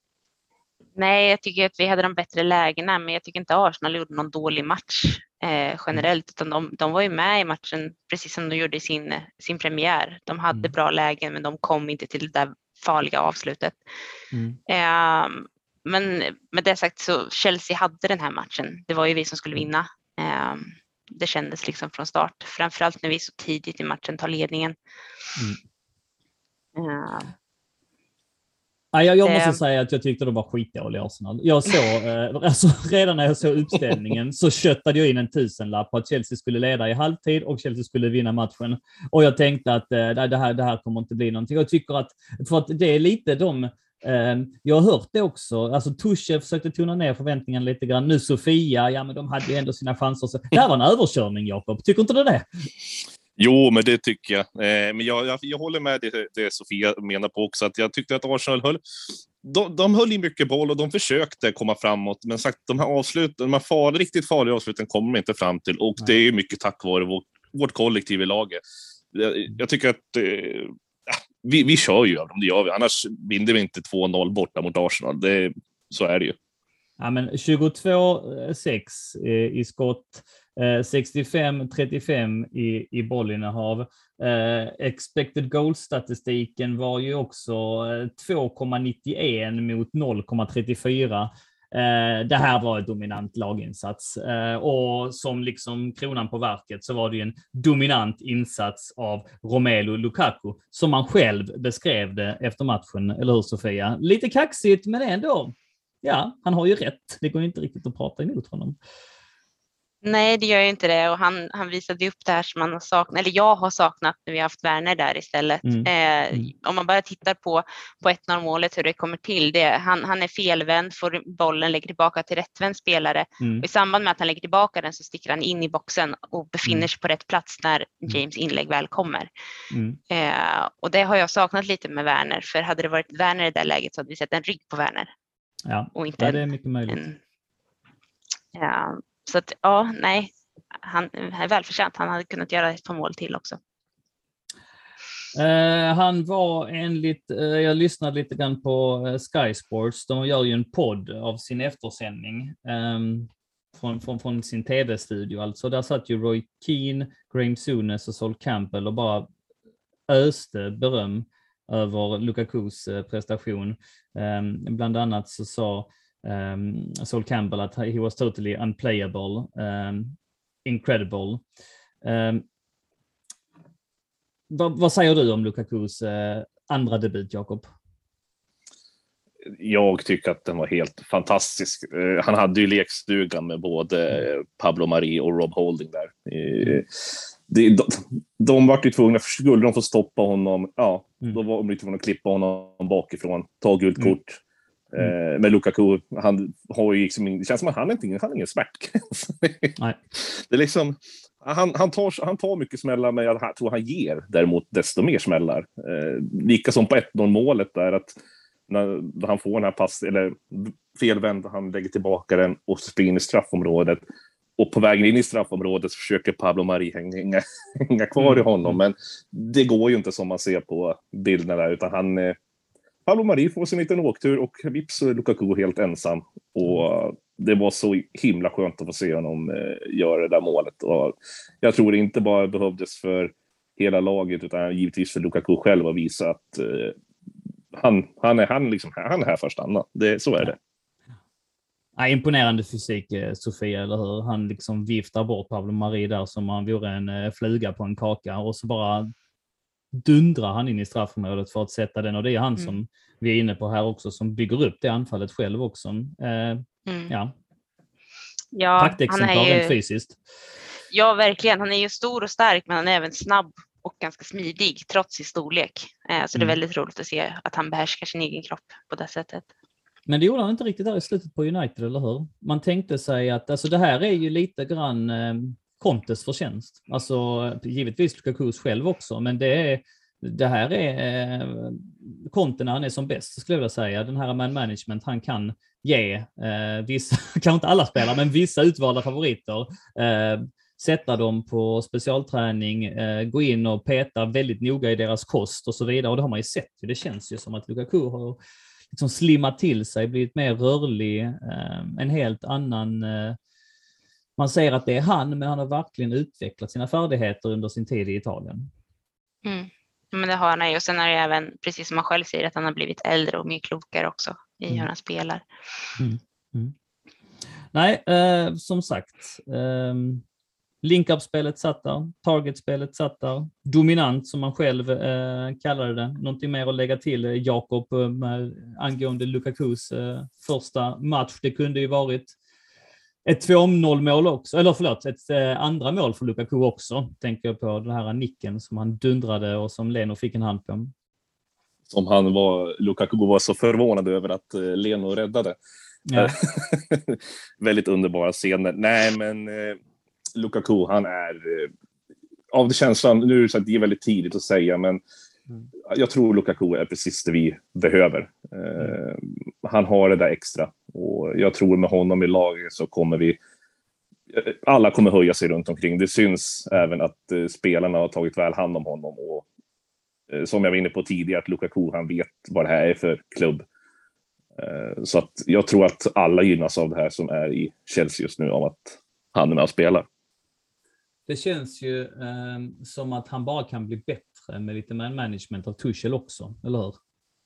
Nej, jag tycker att vi hade de bättre lägena, men jag tycker inte Arsenal gjorde någon dålig match eh, generellt, utan de, de var ju med i matchen precis som de gjorde i sin, sin premiär. De hade mm. bra lägen, men de kom inte till det där farliga avslutet. Mm. Eh, men med det sagt så Chelsea hade den här matchen. Det var ju vi som skulle vinna. Eh, det kändes liksom från start, framförallt när vi så tidigt i matchen tar ledningen. Mm. Eh, Ja, jag, jag måste säga att jag tyckte de var skitdåliga i Arsenal. Jag såg, eh, alltså, redan när jag såg uppställningen så köttade jag in en tusenlapp på att Chelsea skulle leda i halvtid och Chelsea skulle vinna matchen. Och jag tänkte att eh, det, här, det här kommer inte bli någonting. Jag tycker att, för att det är lite de... Eh, jag har hört det också. Alltså Tuchel försökte tona ner förväntningarna lite grann. Nu Sofia, ja men de hade ju ändå sina chanser. Så, det här var en överkörning, Jakob. Tycker inte du det? Jo, men det tycker jag. Eh, men jag, jag, jag håller med det, det Sofia menar på också. Att jag tyckte att Arsenal höll... De, de höll i mycket boll och de försökte komma framåt. Men sagt, de här avsluten, de här far, riktigt farliga avsluten kommer de inte fram till. Och Nej. Det är mycket tack vare vårt, vårt kollektiv i laget. Jag, jag tycker att... Eh, vi, vi kör ju av dem, det gör vi. Annars vinner vi inte två noll borta mot Arsenal. Det, så är det ju. Ja, men tjugotvå sex i skott, sextiofem trettiofem i, i bollinnehav. Eh, expected goal-statistiken var ju också två komma nittioen mot noll komma trettiofyra. Eh, det här var ett dominant laginsats. Eh, och som liksom kronan på verket så var det ju en dominant insats av Romelu Lukaku som man själv beskrev det efter matchen, eller hur Sofia? Lite kaxigt, men ändå. Ja, han har ju rätt. Det går inte riktigt att prata emot honom. Nej, det gör ju inte det. Och han, han visade upp det här som man har saknat, eller jag har saknat när vi har haft Werner där istället. Mm. Eh, mm. Om man bara tittar på, på ett noll målet, hur det kommer till. Det, han, han är felvänd, får bollen, lägger tillbaka till rättvänd spelare. Mm. Och i samband med att han lägger tillbaka den så sticker han in i boxen och befinner mm. sig på rätt plats när James inlägg väl kommer. Mm. Eh, och det har jag saknat lite med Werner. För hade det varit Werner i det läget så hade vi sett en rygg på Werner. Ja, och inte ja det är mycket möjligt. En, ja, så att, ja, nej, han är välförtjänt. Han hade kunnat göra ett par mål till också. Uh, han var enligt, uh, jag lyssnade lite grann på uh, Sky Sports. De gör ju en podd av sin eftersändning um, från, från, från sin tv-studio. Alltså där satt ju Roy Keane, Graham Souness och Sol Campbell och bara öste beröm över Lukakus prestation. Um, bland annat så sa um, Sol Campbell att he was totally unplayable, um, incredible. Um, vad, vad säger du om Lukakus uh, andra debut, Jakob? Jag tycker att den var helt fantastisk. Han hade ju lekstugan med både Pablo Mari och Rob Holding där. De, de, de var ju tvungna, för skulle de få stoppa honom, ja, mm. då var de tvungna att klippa honom bakifrån, ta gult kort. Mm. Eh, men Lukaku, han har ju liksom, det känns som att han inte han har ingen smärtgräns. Nej. Det är liksom, han, han, tar, han tar mycket smällar, men jag tror han ger däremot desto mer smällar. Eh, lika som på ett noll målet där, att när han får den här pass, eller felvänd, han lägger tillbaka den och springer in i straffområdet. Och på vägen in i straffområdet så försöker Pablo Mari hänga, hänga kvar mm. i honom. Men det går ju inte som man ser på bilderna där, utan han... Eh, Pablo Mari får sin liten åktur och vips så är Lukaku helt ensam. Och det var så himla skönt att få se honom eh, göra det där målet. Och jag tror det inte bara behövdes för hela laget, utan givetvis för Lukaku själv att visa att eh, han, han, är, han, liksom, han är här för att stanna. Det, så är det. Ja, imponerande fysik, Sofia, eller hur? Han liksom viftar bort Pablo Mari där som om han vore en fluga på en kaka, och så bara dundrar han in i straffområdet för att sätta den, och det är han mm. som vi är inne på här också, som bygger upp det anfallet själv också. Eh, mm. Ja, ja praktexemplar han är ju... rent fysiskt. Ja, verkligen. Han är ju stor och stark, men han är även snabb och ganska smidig trots sin storlek. Eh, så mm. det är väldigt roligt att se att han behärskar sin egen kropp på det sättet. Men det gjorde han inte riktigt där i slutet på United, eller hur? Man tänkte sig att alltså, det här är ju lite grann eh, Contes förtjänst. Alltså givetvis Lukakus själv också, men det, är, det här är eh, Conte när han är som bäst, skulle jag vilja säga. Den här man management han kan ge eh, vissa, kanske inte alla spelare, men vissa utvalda favoriter. Eh, sätta dem på specialträning, eh, gå in och peta väldigt noga i deras kost och så vidare. Och det har man ju sett. Det känns ju som att Lukaku har liksom slimmat till sig, blivit mer rörlig, eh, en helt annan... Eh, man säger att det är han, men han har verkligen utvecklat sina färdigheter under sin tid i Italien. Mm. Men det har han ju. Och sen är det även, precis som han själv säger, att han har blivit äldre och mer klokare också i mm. hur han spelar. Mm. Mm. Nej, eh, som sagt... Eh, Link-up-spelet satt där, target-spelet satt där, dominant som man själv eh, kallade det. Någonting mer att lägga till, eh, Jakob, eh, angående Lukakus eh, första match. Det kunde ju varit ett två noll mål också, eller förlåt, ett eh, andra mål för Lukaku också. Tänker jag på den här nicken som han dundrade och som Leno fick en hand på. Som han var, Lukaku var så förvånad över att eh, Leno räddade. Ja. Väldigt underbara scener. Nej, men... Eh... Lukaku, han är av det känslan, nu är det så att det är väldigt tidigt att säga, men mm. jag tror Lukaku är precis det vi behöver. Eh, han har det där extra, och jag tror med honom i laget så kommer vi, alla kommer höja sig runt omkring. Det syns även att eh, spelarna har tagit väl hand om honom, och eh, som jag var inne på tidigare, att Lukaku, han vet vad det här är för klubb. Eh, så att jag tror att alla gynnas av det här som är i Chelsea just nu, av att han är med och spelar. Det känns ju eh, som att han bara kan bli bättre med lite man management av Tuchel också, eller hur?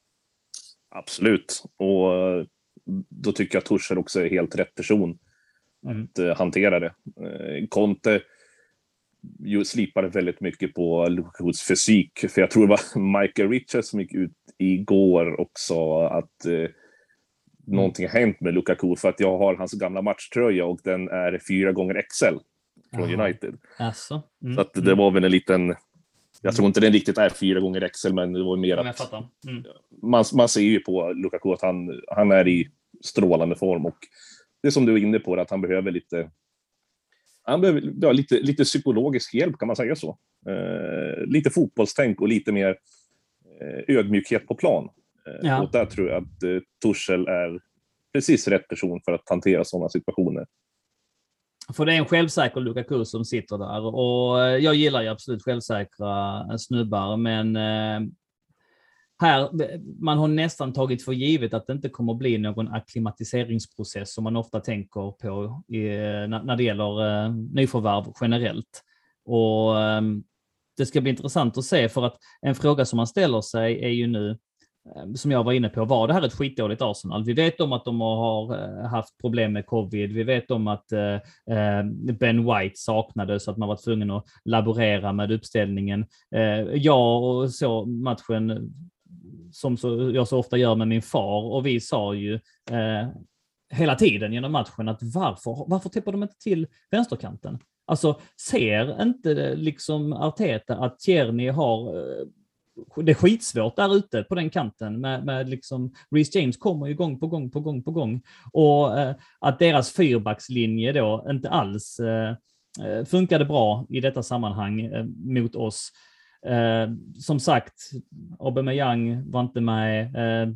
Absolut. Och då tycker jag att Tuchel också är helt rätt person mm. att uh, hantera det. Uh, Conte ju slipade väldigt mycket på Lukakus fysik. För jag tror det var Michael Richards som gick ut igår och sa att uh, mm. någonting har hänt med Lukaku, för att jag har hans gamla matchtröja och den är fyra gånger X L. Från United. Alltså. Mm. Så att det var väl en liten... Jag tror inte den riktigt är fyra gånger X L, men det var mer att... Mm. Man, man ser ju på Lukaku att han, han är i strålande form, och det som du är inne på är att han behöver lite... Han behöver ja, lite, lite psykologisk hjälp, kan man säga så. Eh, lite fotbollstänk och lite mer eh, ödmjukhet på plan. Eh, ja. Och där tror jag att eh, Tuchel är precis rätt person för att hantera sådana situationer. För det är en självsäker Lukaku som sitter där, och jag gillar ju absolut självsäkra snubbar, men eh, här, man har nästan tagit för givet att det inte kommer att bli någon akklimatiseringsprocess som man ofta tänker på i, när det gäller eh, nyförvärv generellt. Och eh, det ska bli intressant att se, för att en fråga som man ställer sig är ju nu, som jag var inne på, var det här ett skitdåligt Arsenal? Vi vet om att de har haft problem med covid. Vi vet om att Ben White saknades, så att man var tvungen att laborera med uppställningen. Jag och så matchen som så, jag så ofta gör med min far, och vi sa ju eh, hela tiden genom matchen att varför, varför tippar de inte till vänsterkanten? Alltså ser inte liksom Arteta att Tierney har eh, det är skitsvårt där ute på den kanten med, med liksom Reece James kommer ju gång på gång på gång på gång, och eh, att deras fyrbackslinje då inte alls eh, funkade bra i detta sammanhang eh, mot oss. Eh, som sagt, Aubameyang var inte med. Eh,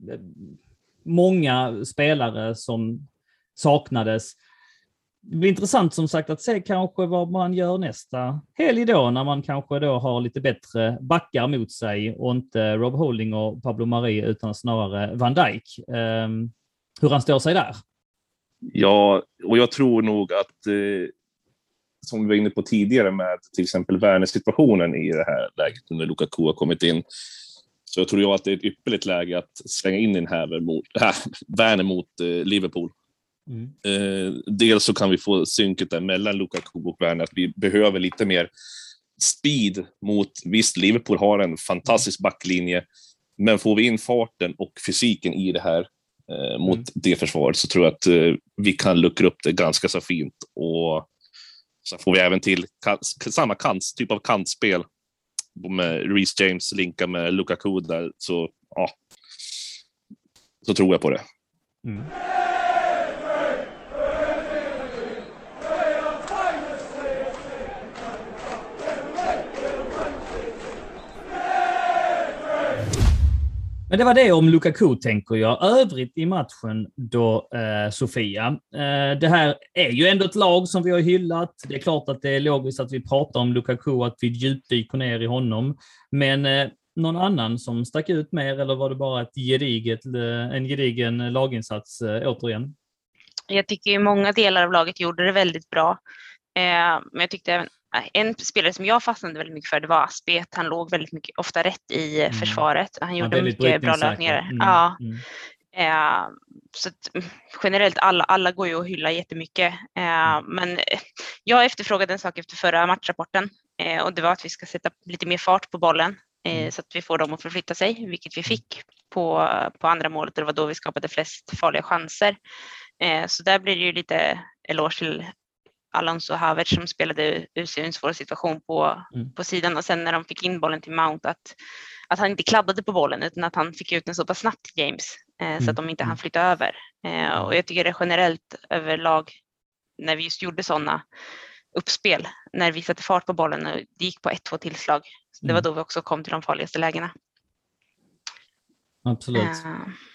många spelare som saknades. Det blir intressant som sagt att se kanske vad man gör nästa helg då, när man kanske då har lite bättre backar mot sig och inte Rob Holding och Pablo Mari utan snarare Van Dijk. Eh, hur han står sig där? Ja, och jag tror nog att eh, som vi var inne på tidigare med till exempel Werner-situationen i det här läget när Lukaku har kommit in, så jag tror jag att det är ett ypperligt läge att slänga in den här mot, äh, Werner mot eh, Liverpool. Mm. Eh, dels så kan vi få synket där mellan Lukaku och Werner, att vi behöver lite mer speed mot, visst Liverpool har en fantastisk backlinje, men får vi in farten och fysiken i det här eh, mot mm. det försvaret, så tror jag att eh, vi kan luckra upp det ganska så fint, och så får vi även till samma kant, typ av kantspel med Reece James linka med Lukaku där, så ja, så tror jag på det. Mm. Men det var det om Lukaku, tänker jag. Övrigt i matchen då, eh, Sofia. Eh, det här är ju ändå ett lag som vi har hyllat. Det är klart att det är logiskt att vi pratar om Lukaku, att vi djupdyker ner i honom. Men eh, någon annan som stack ut mer, eller var det bara ett gediget, en gedigen laginsats eh, återigen? Jag tycker ju många delar av laget gjorde det väldigt bra. Eh, men jag tyckte även en spelare som jag fastnade väldigt mycket för, det var Aspet. Han låg väldigt mycket, ofta rätt i mm. försvaret. Han gjorde ja, mycket bra löpningar. Mm. Ja. Mm. Eh, så att, generellt alla, alla går ju att hylla jättemycket. Eh, mm. Men jag efterfrågade en sak efter förra matchrapporten. Eh, och det var att vi ska sätta lite mer fart på bollen. Eh, mm. Så att vi får dem att förflytta sig. Vilket vi fick på, på andra målet. Och det var då vi skapade flest farliga chanser. Eh, så där blir det ju lite eloge till Alonso och Havertz som spelade ut sig i en svår situation på, mm. på sidan, och sen när de fick in bollen till Mount att, att han inte kladdade på bollen utan att han fick ut den så pass snabbt till James eh, mm. så att de inte hann flytta över. Eh, och jag tycker det generellt överlag när vi just gjorde sådana uppspel, när vi satte fart på bollen och det gick på ett, två tillslag. Så det var då vi också kom till de farligaste lägena. Absolut. Uh.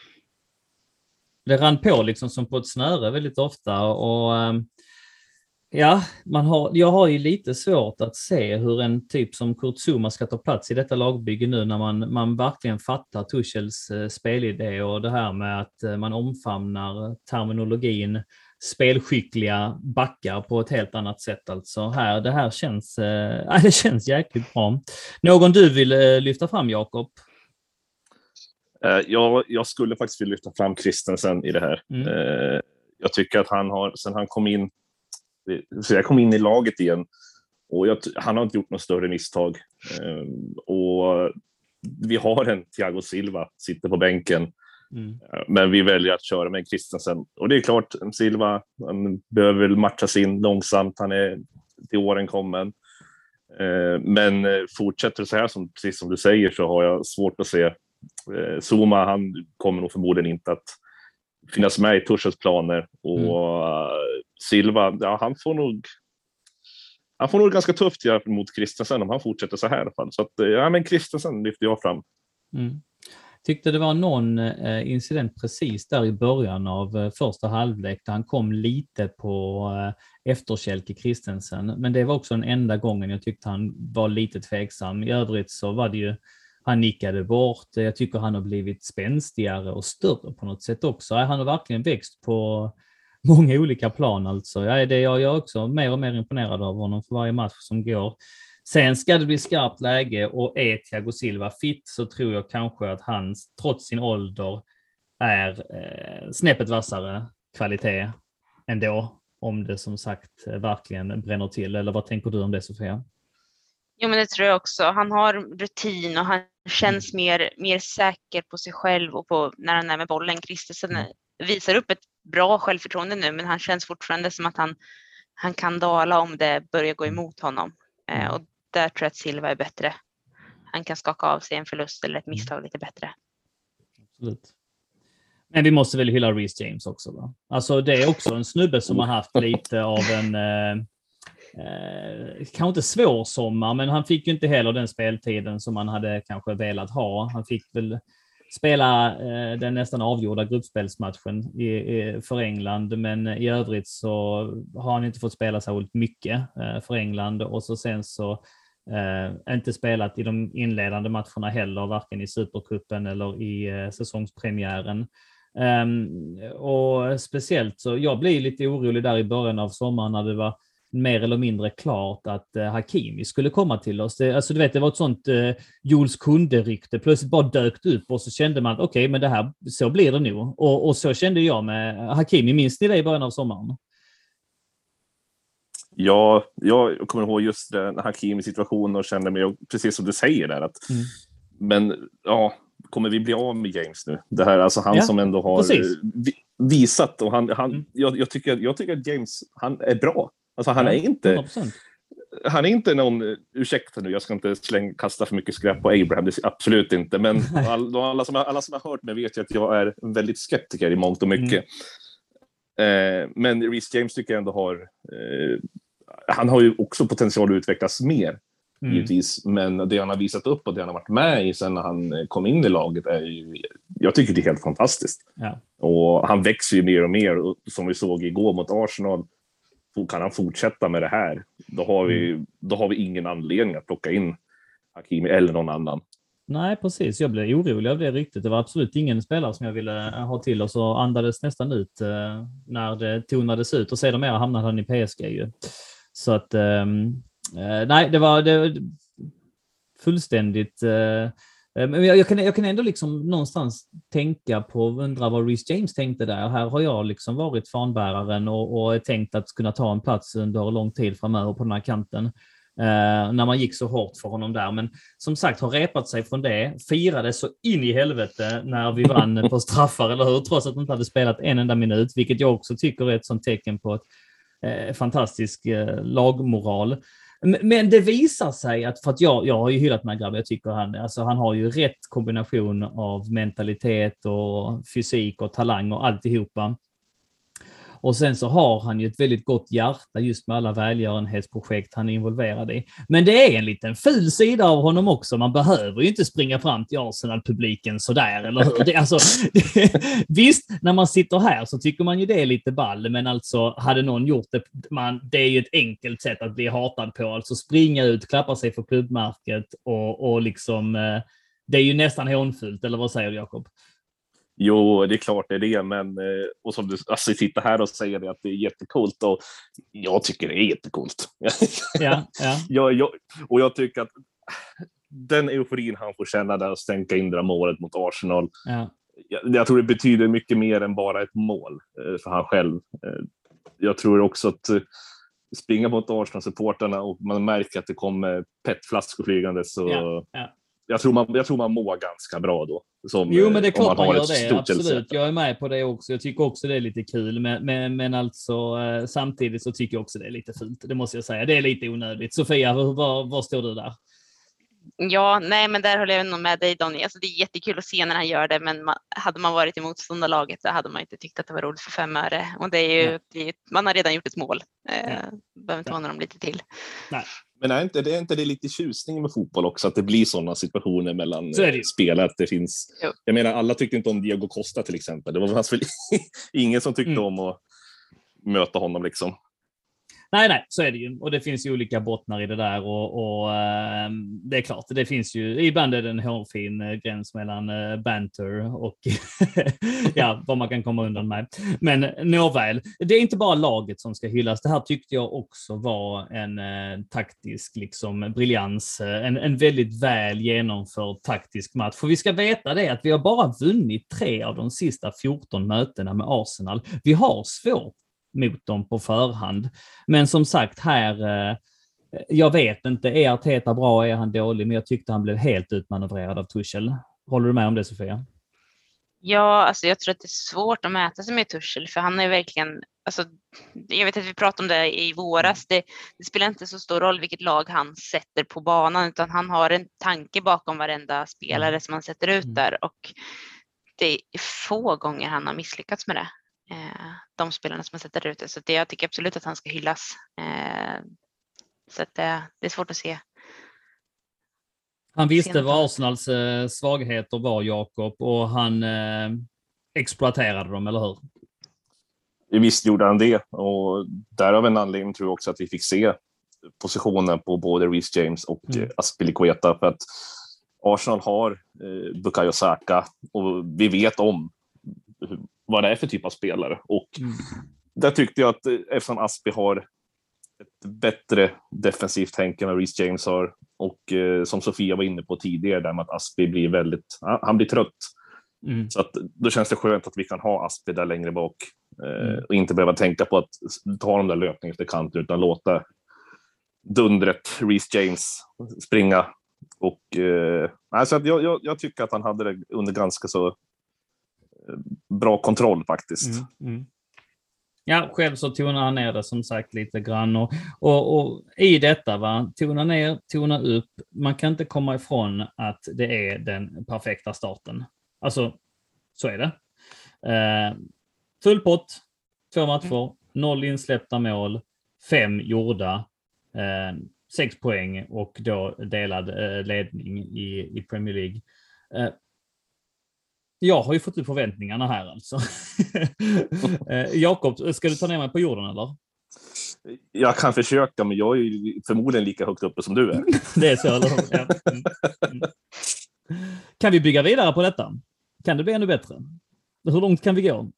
Det rann på liksom som på ett snöre väldigt ofta, och um... ja, man har, jag har ju lite svårt att se hur en typ som Kurt Zouma ska ta plats i detta lagbygge nu, när man, man verkligen fattar Tuchels eh, spelidé, och det här med att eh, man omfamnar terminologin spelskickliga backar på ett helt annat sätt. Alltså här, det här känns, eh, det känns jäkligt bra. Någon du vill eh, lyfta fram, Jakob? Uh, jag, jag skulle faktiskt vilja lyfta fram Christensen i det här. Mm. Uh, jag tycker att han har, sen han kom in Så jag kom in i laget igen, och jag, han har inte gjort något större misstag. Um, och vi har en Thiago Silva sitter på bänken, mm. men vi väljer att köra med Christensen. Och det är klart, Silva han behöver väl matchas in långsamt. Han är till åren kommen. Uh, men fortsätter så här, som, precis som du säger, så har jag svårt att se. Uh, Zuma, han kommer nog förmodligen inte att finnas med i Tuchels planer, och mm. Silva, ja, han får nog han får nog ganska tufft ja, mot Christensen om han fortsätter så här i alla fall. Så att, ja, men Christensen lyfter jag fram. Mm. Tyckte det var någon eh, incident precis där i början av eh, första halvlek där han kom lite på eh, efterkälke Christensen, men det var också den enda gången jag tyckte han var lite tveksam. I övrigt så var det ju, han nickade bort. Jag tycker han har blivit spänstigare och större på något sätt också. Han har verkligen växt på många olika plan. Alltså. Jag är, det, jag är också mer och mer imponerad av honom för varje match som går. Sen ska det bli skarpt läge, och är Thiago Silva fit så tror jag kanske att han trots sin ålder är eh, snäppet vassare kvalitet ändå. Om det som sagt verkligen bränner till. Eller vad tänker du om det, Sofia? Jo, men det tror jag också. Han har rutin och han känns mer, mer säker på sig själv och på när han är med bollen. Christensen mm. visar upp ett bra självförtroende nu, men han känns fortfarande som att han, han kan dala om det börjar gå emot honom. Mm. Eh, och där tror jag att Silva är bättre. Han kan skaka av sig en förlust eller ett misstag lite bättre. Absolut. Men vi måste väl hylla Reece James också, va? Alltså det är också en snubbe som har haft lite av en eh, eh, kanske inte svår sommar, men han fick ju inte heller den speltiden som man hade kanske velat ha. Han fick väl spela eh, den nästan avgjorda gruppspelsmatchen i, i, för England, men i övrigt så har han inte fått spela så mycket eh, för England, och så sen så Eh, inte spelat i de inledande matcherna heller, varken i Supercupen eller i eh, säsongspremiären. Um, och speciellt så jag blev lite orolig där i början av sommaren när det var mer eller mindre klart att eh, Hakimi skulle komma till oss. Det, alltså du vet, det var ett sånt eh, Jules Kunde-rykte, plötsligt bara dök upp och så kände man okej, okay, men det här, så blir det nog. Och, och så kände jag med Hakimi. Minns ni det i början av sommaren? Ja, jag kommer ihåg just den Hakimi-situationen och kände mig precis som du säger där. Att, mm. Men ja, kommer vi bli av med James nu? Det här, alltså han ja, som ändå har precis. visat. Och han, han, mm. jag, jag, tycker, jag tycker att James, han är bra. Alltså han ja, är inte... hundra procent. Han är inte någon, ursäkta nu, jag ska inte släng, kasta för mycket skräp på Abraham, det är absolut inte. Men all, alla, som, alla som har hört mig vet ju att jag är en väldigt skeptiker i mångt och mycket. Mm. Eh, men Reece James tycker jag ändå har... Eh, han har ju också potential att utvecklas mer, mm. givetvis. Men det han har visat upp och det han har varit med i sen när han kom in i laget är ju... Jag tycker det är helt fantastiskt. Ja. Och han växer ju mer och mer. Och som vi såg igår mot Arsenal, kan han fortsätta med det här, då har vi, mm. då har vi ingen anledning att plocka in Hakimi eller någon annan. Nej, precis. Jag blev orolig av det riktigt. Det var absolut ingen spelare som jag ville ha till, och så andades nästan ut eh, när det tonades ut, och sedan mer hamnade han i P S G ju. Så att eh, nej, det var det, fullständigt eh, men jag, jag, kan, jag kan ändå liksom någonstans tänka på, undra vad Reece James tänkte där. Här har jag liksom varit fanbäraren och, och tänkt att kunna ta en plats under lång tid framöver på den här kanten. Eh, när man gick så hårt för honom där. Men som sagt har repat sig från det. Firade så in i helvete när vi vann på straffar, eller hur? Trots att de inte hade spelat en enda minut. Vilket jag också tycker är ett sånt tecken på ett eh, fantastisk eh, lagmoral. Men det visar sig att, för att jag, jag har ju hyllat med grabben, jag tycker han, alltså han har ju rätt kombination av mentalitet och fysik och talang och alltihopa. Och sen så har han ju ett väldigt gott hjärta just med alla välgörenhetsprojekt han är involverad i. Men det är en liten ful sida av honom också. Man behöver ju inte springa fram till Arsenal-publiken sådär, eller hur? Det, alltså, det, visst, när man sitter här så tycker man ju det är lite ball, men alltså hade någon gjort det, man, det är ju ett enkelt sätt att bli hatad på. Alltså springa ut, klappa sig för klubbmärket och, och liksom, det är ju nästan hånfullt, eller vad säger du, Jakob? Jo, det är klart det är det, men och som du alltså, sitter här och säger det att det är jättekult, och jag tycker det är jättekult. Ja, ja. jag, jag, och jag tycker att den euforin han får känna där och stänka in det där målet mot Arsenal, ja. jag, jag tror det betyder mycket mer än bara ett mål för han själv. Jag tror också att springa mot Arsenal-supporterna och man märker att det kommer petflaskor flygande, så ja, ja. Jag, tror man, jag tror man mår ganska bra då. Som, jo, men det är klart man, man gör det, absolut. Jag är med på det också. Jag tycker också det är lite kul, men, men, men alltså eh, samtidigt så tycker jag också det är lite fult. Det måste jag säga. Det är lite onödigt. Sofia, var, var står du där? Ja, nej, men där håller jag nog med dig, Donny. Alltså, det är jättekul att se när han gör det, men man, hade man varit i motståndarlaget så hade man inte tyckt att det var roligt för fem öre. Och det är ju, det är, man har redan gjort ett mål. Eh, ja. Behöver inte hålla dem lite till. Nej. Men är inte, det är inte det lite tjusning med fotboll också, att det blir sådana situationer mellan spelare, att det finns... Jo. Jag menar, alla tyckte inte om Diego Costa till exempel. Det var väl ingen som tyckte mm. om att möta honom liksom. Nej, nej, så är det ju. Och det finns ju olika bottnar i det där. Och, och äh, det är klart, det finns ju... Ibland är det en hårfin äh, gräns mellan äh, banter och ja, vad man kan komma undan med. Men nåväl, det är inte bara laget som ska hyllas. Det här tyckte jag också var en äh, taktisk liksom, briljans. En, en väldigt väl genomförd taktisk match. För vi ska veta det att vi har bara vunnit tre av de sista fjorton mötena med Arsenal. Vi har svårt mot dem på förhand. Men som sagt, här, Jag vet inte, är Arteta bra, är han dålig? Men jag tyckte han blev helt utmanövrerad av Tuchel. Håller du med om det, Sofia? Ja, alltså jag tror att det är svårt att mäta sig med Tuchel, för han är verkligen, alltså, jag vet att vi pratade om det i våras, det, det spelar inte så stor roll vilket lag han sätter på banan, utan han har en tanke bakom varenda spelare som han sätter ut där, och det är få gånger han har misslyckats med det, eh, de spelarna som han sätter ut det, så det, jag tycker absolut att han ska hyllas, eh, så att det, det är svårt att se. Han visste vad Arsenals eh, svagheter var, Jakob, och han eh, exploaterade dem, eller hur? Visst gjorde han det, och därav en anledning tror jag också att vi fick se positionen på både Reece James och mm. Azpilicueta, för att Arsenal har eh, Bukayo Saka, och vi vet om vad det är för typ av spelare, och mm. där tyckte jag att eftersom Aspi har ett bättre defensivt tänk än vad Reece James har, och eh, som Sofia var inne på tidigare där med att Aspi blir väldigt, han blir trött, mm. så att då känns det skönt att vi kan ha Aspi där längre bak eh, mm. och inte behöva tänka på att ta de där löpningarna efter kanten, utan låta dundret Reece James springa, och eh, alltså jag, jag, jag tycker att han hade det under ganska så eh, bra kontroll faktiskt. Mm. Mm. Ja, själv så tonar han ner det som sagt lite grann, och, och, och i detta, va, tona ner, tona upp, man kan inte komma ifrån att det är den perfekta starten. Alltså, så är det. Eh, full pott, två matcher, noll insläppta mål, fem gjorda, eh, sex poäng och då delad eh, ledning i, i Premier League. Eh, Jag har ju fått upp förväntningarna här alltså. eh, Jakob, ska du ta ner mig på jorden eller? Jag kan försöka, men jag är ju förmodligen lika högt uppe som du är. Det är så, eller? Ja. Mm. Mm. Kan vi bygga vidare på detta? Kan det bli ännu bättre? Hur långt kan vi gå?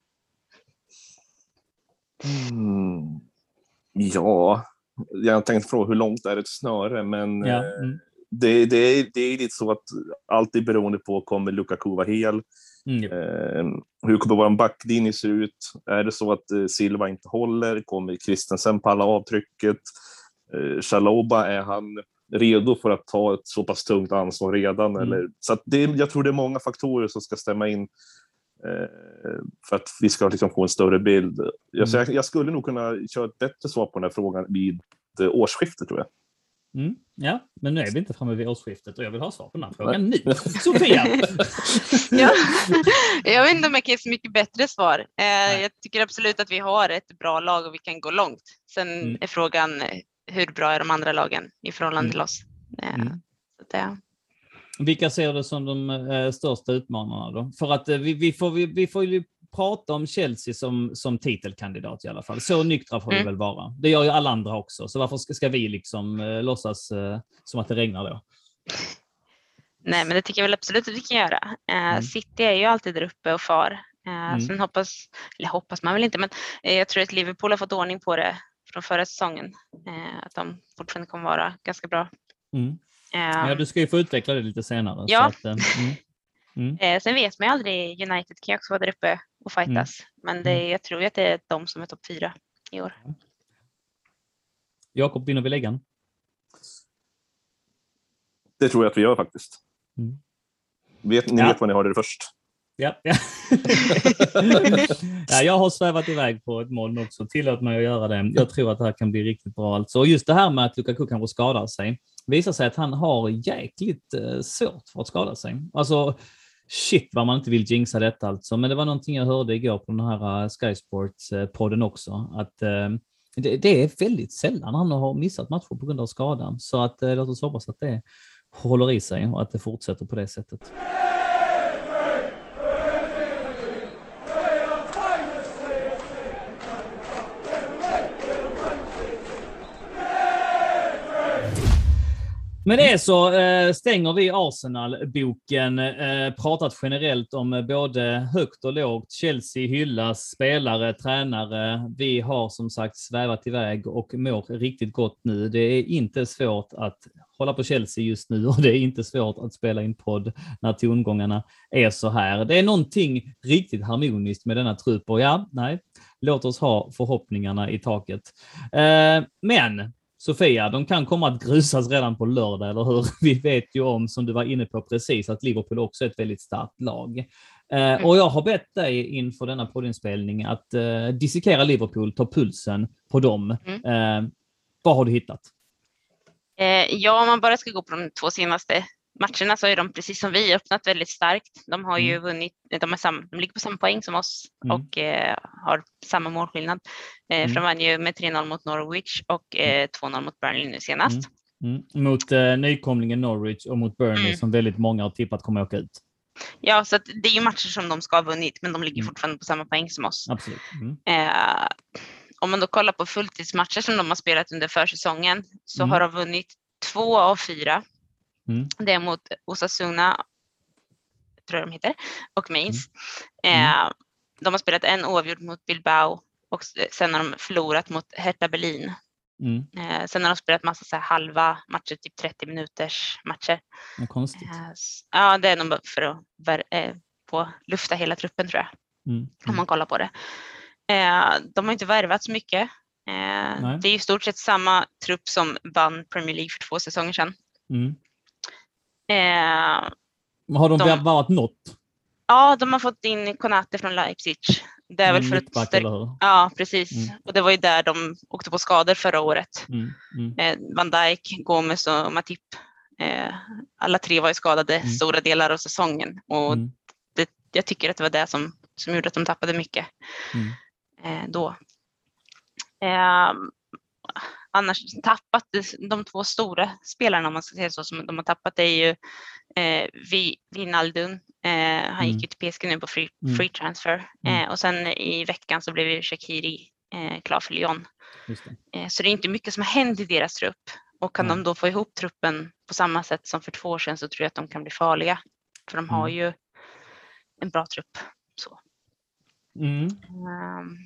Mm. Ja, jag tänkte fråga hur långt är ett snöre, men ja. mm. det, det, är, det är lite så att allt är beroende på kommer Lukaku vara hel. Mm. Eh, hur kommer vår backlinje se ut? Är det så att eh, Silva inte håller? Kommer Christensen palla avtrycket? Eh, Chalobah, är han redo för att ta ett så pass tungt ansvar redan? Mm. Eller? Så att det, jag tror det är många faktorer som ska stämma in eh, för att vi ska liksom få en större bild. Mm. Jag, jag, jag skulle nog kunna köra ett bättre svar på den här frågan vid eh, årsskiftet, tror jag. Mm, ja, men nu är vi inte framme vid årsskiftet och jag vill ha svar på den här frågan nu. Sofia! Ja, jag vet inte om jag kan ge så mycket bättre svar. Eh, jag tycker absolut att vi har ett bra lag och vi kan gå långt. Sen mm. är frågan hur bra är de andra lagen i förhållande mm. till oss. Eh, mm. så att, ja. Vilka ser du som de eh, största utmanarna då? För att eh, vi, vi, får, vi, vi får ju prata om Chelsea som, som titelkandidat i alla fall. Så nyktra får mm. vi väl vara. Det gör ju alla andra också. Så varför ska, ska vi liksom eh, låtsas eh, som att det regnar då? Nej, men det tycker jag väl absolut att vi kan göra. Eh, mm. City är ju alltid där uppe och far. Eh, mm. Sen hoppas, eller hoppas man väl inte, men eh, jag tror att Liverpool har fått ordning på det från förra säsongen. Eh, att de fortfarande kommer vara ganska bra. Mm. Eh, ja, du ska ju få utveckla det lite senare. Ja. Så att, eh, mm. Mm. Eh, sen vet man ju aldrig, United kan ju också vara där uppe och fightas. Mm. Men det, jag tror ju att det är de som är topp fyra i år. Jakob, vinner vi läggan? Det tror jag att vi gör faktiskt. Mm. Vet, ni ja. vet vad ni har det först. Ja, ja. ja, jag har svävat iväg på ett mål också. Tillåt mig att göra det. Jag tror att det här kan bli riktigt bra. Alltså. Och just det här med att Lukaku kanske skadar sig visar sig att han har jäkligt eh, svårt för att skada sig. Alltså, shit vad man inte vill jinxa detta alltså. Men det var någonting jag hörde igår på den här uh, Sky Sports-podden också. Att uh, det, det är väldigt sällan han har missat matcher på grund av skadan. Så att uh, låt oss hoppas att det håller i sig och att det fortsätter på det sättet. Men det är så eh, stänger vi Arsenal-boken, eh, pratat generellt om både högt och lågt. Chelsea hyllas, spelare, tränare. Vi har som sagt svävat iväg och mår riktigt gott nu. Det är inte svårt att hålla på Chelsea just nu och det är inte svårt att spela in podd när tongångarna är så här. Det är någonting riktigt harmoniskt med denna trupp och ja, nej, låt oss ha förhoppningarna i taket. Eh, men Sofia, de kan komma att grusas redan på lördag, eller hur? Vi vet ju om, som du var inne på precis, att Liverpool också är ett väldigt starkt lag. Eh, och jag har bett dig inför denna poddinspelning att eh, dissekera Liverpool, ta pulsen på dem. Mm. Eh, vad har du hittat? Eh, ja, om man bara ska gå på de två senaste matcherna så är de precis som vi öppnat väldigt starkt. De har ju mm. vunnit, de, är sam, de ligger på samma poäng som oss mm. och eh, har samma målskillnad. Eh, mm. För de vann ju med tre noll mot Norwich och eh, två noll mot Burnley nu senast. Mm. Mm. Mot eh, nykomlingen Norwich och mot Burnley mm. som väldigt många har tippat kommer åka ut. Ja, så att det är ju matcher som de ska ha vunnit, men de ligger mm. fortfarande på samma poäng som oss. Absolut. Mm. Eh, om man då kollar på fulltidsmatcher som de har spelat under försäsongen så mm. har de vunnit två av fyra. Mm. Det är mot Osasuna, tror jag de heter, och Mainz. Mm. Eh, de har spelat en oavgjord mot Bilbao och sen har de förlorat mot Hertha Berlin. Mm. Eh, sen har de spelat massa så här halva matcher, typ trettio minuters matcher. Vad konstigt. Eh, ja, det är nog för att eh, på lufta hela truppen, tror jag. Mm. Mm. Om man kollar på det. Eh, de har inte värvat så mycket. Eh, det är i stort sett samma trupp som vann Premier League för två säsonger sedan. Mm. Eh, har de, de värvat något? Ja, de har fått in Konate från Leipzig. Det är väl för att stärka... Ja, precis. Mm. Och det var ju där de åkte på skador förra året. Mm. Mm. Eh, Van Dijk, Gomez och Matip. Eh, alla tre var ju skadade mm. stora delar av säsongen. Och mm. det, jag tycker att det var det som, som gjorde att de tappade mycket mm. eh, då. Eh, annars tappat de två stora spelarna, om man ska säga så, som de har tappat, det är ju eh, Wijnaldum. Eh, han mm. gick ju till P S G nu på free, free transfer. Mm. Eh, och sen i veckan så blev ju Shaqiri eh, klar för Lyon. Just det. Eh, så det är inte mycket som har hänt i deras trupp. Och kan mm. de då få ihop truppen på samma sätt som för två år sedan, så tror jag att de kan bli farliga. För de har mm. ju en bra trupp. Så. Mm. Um,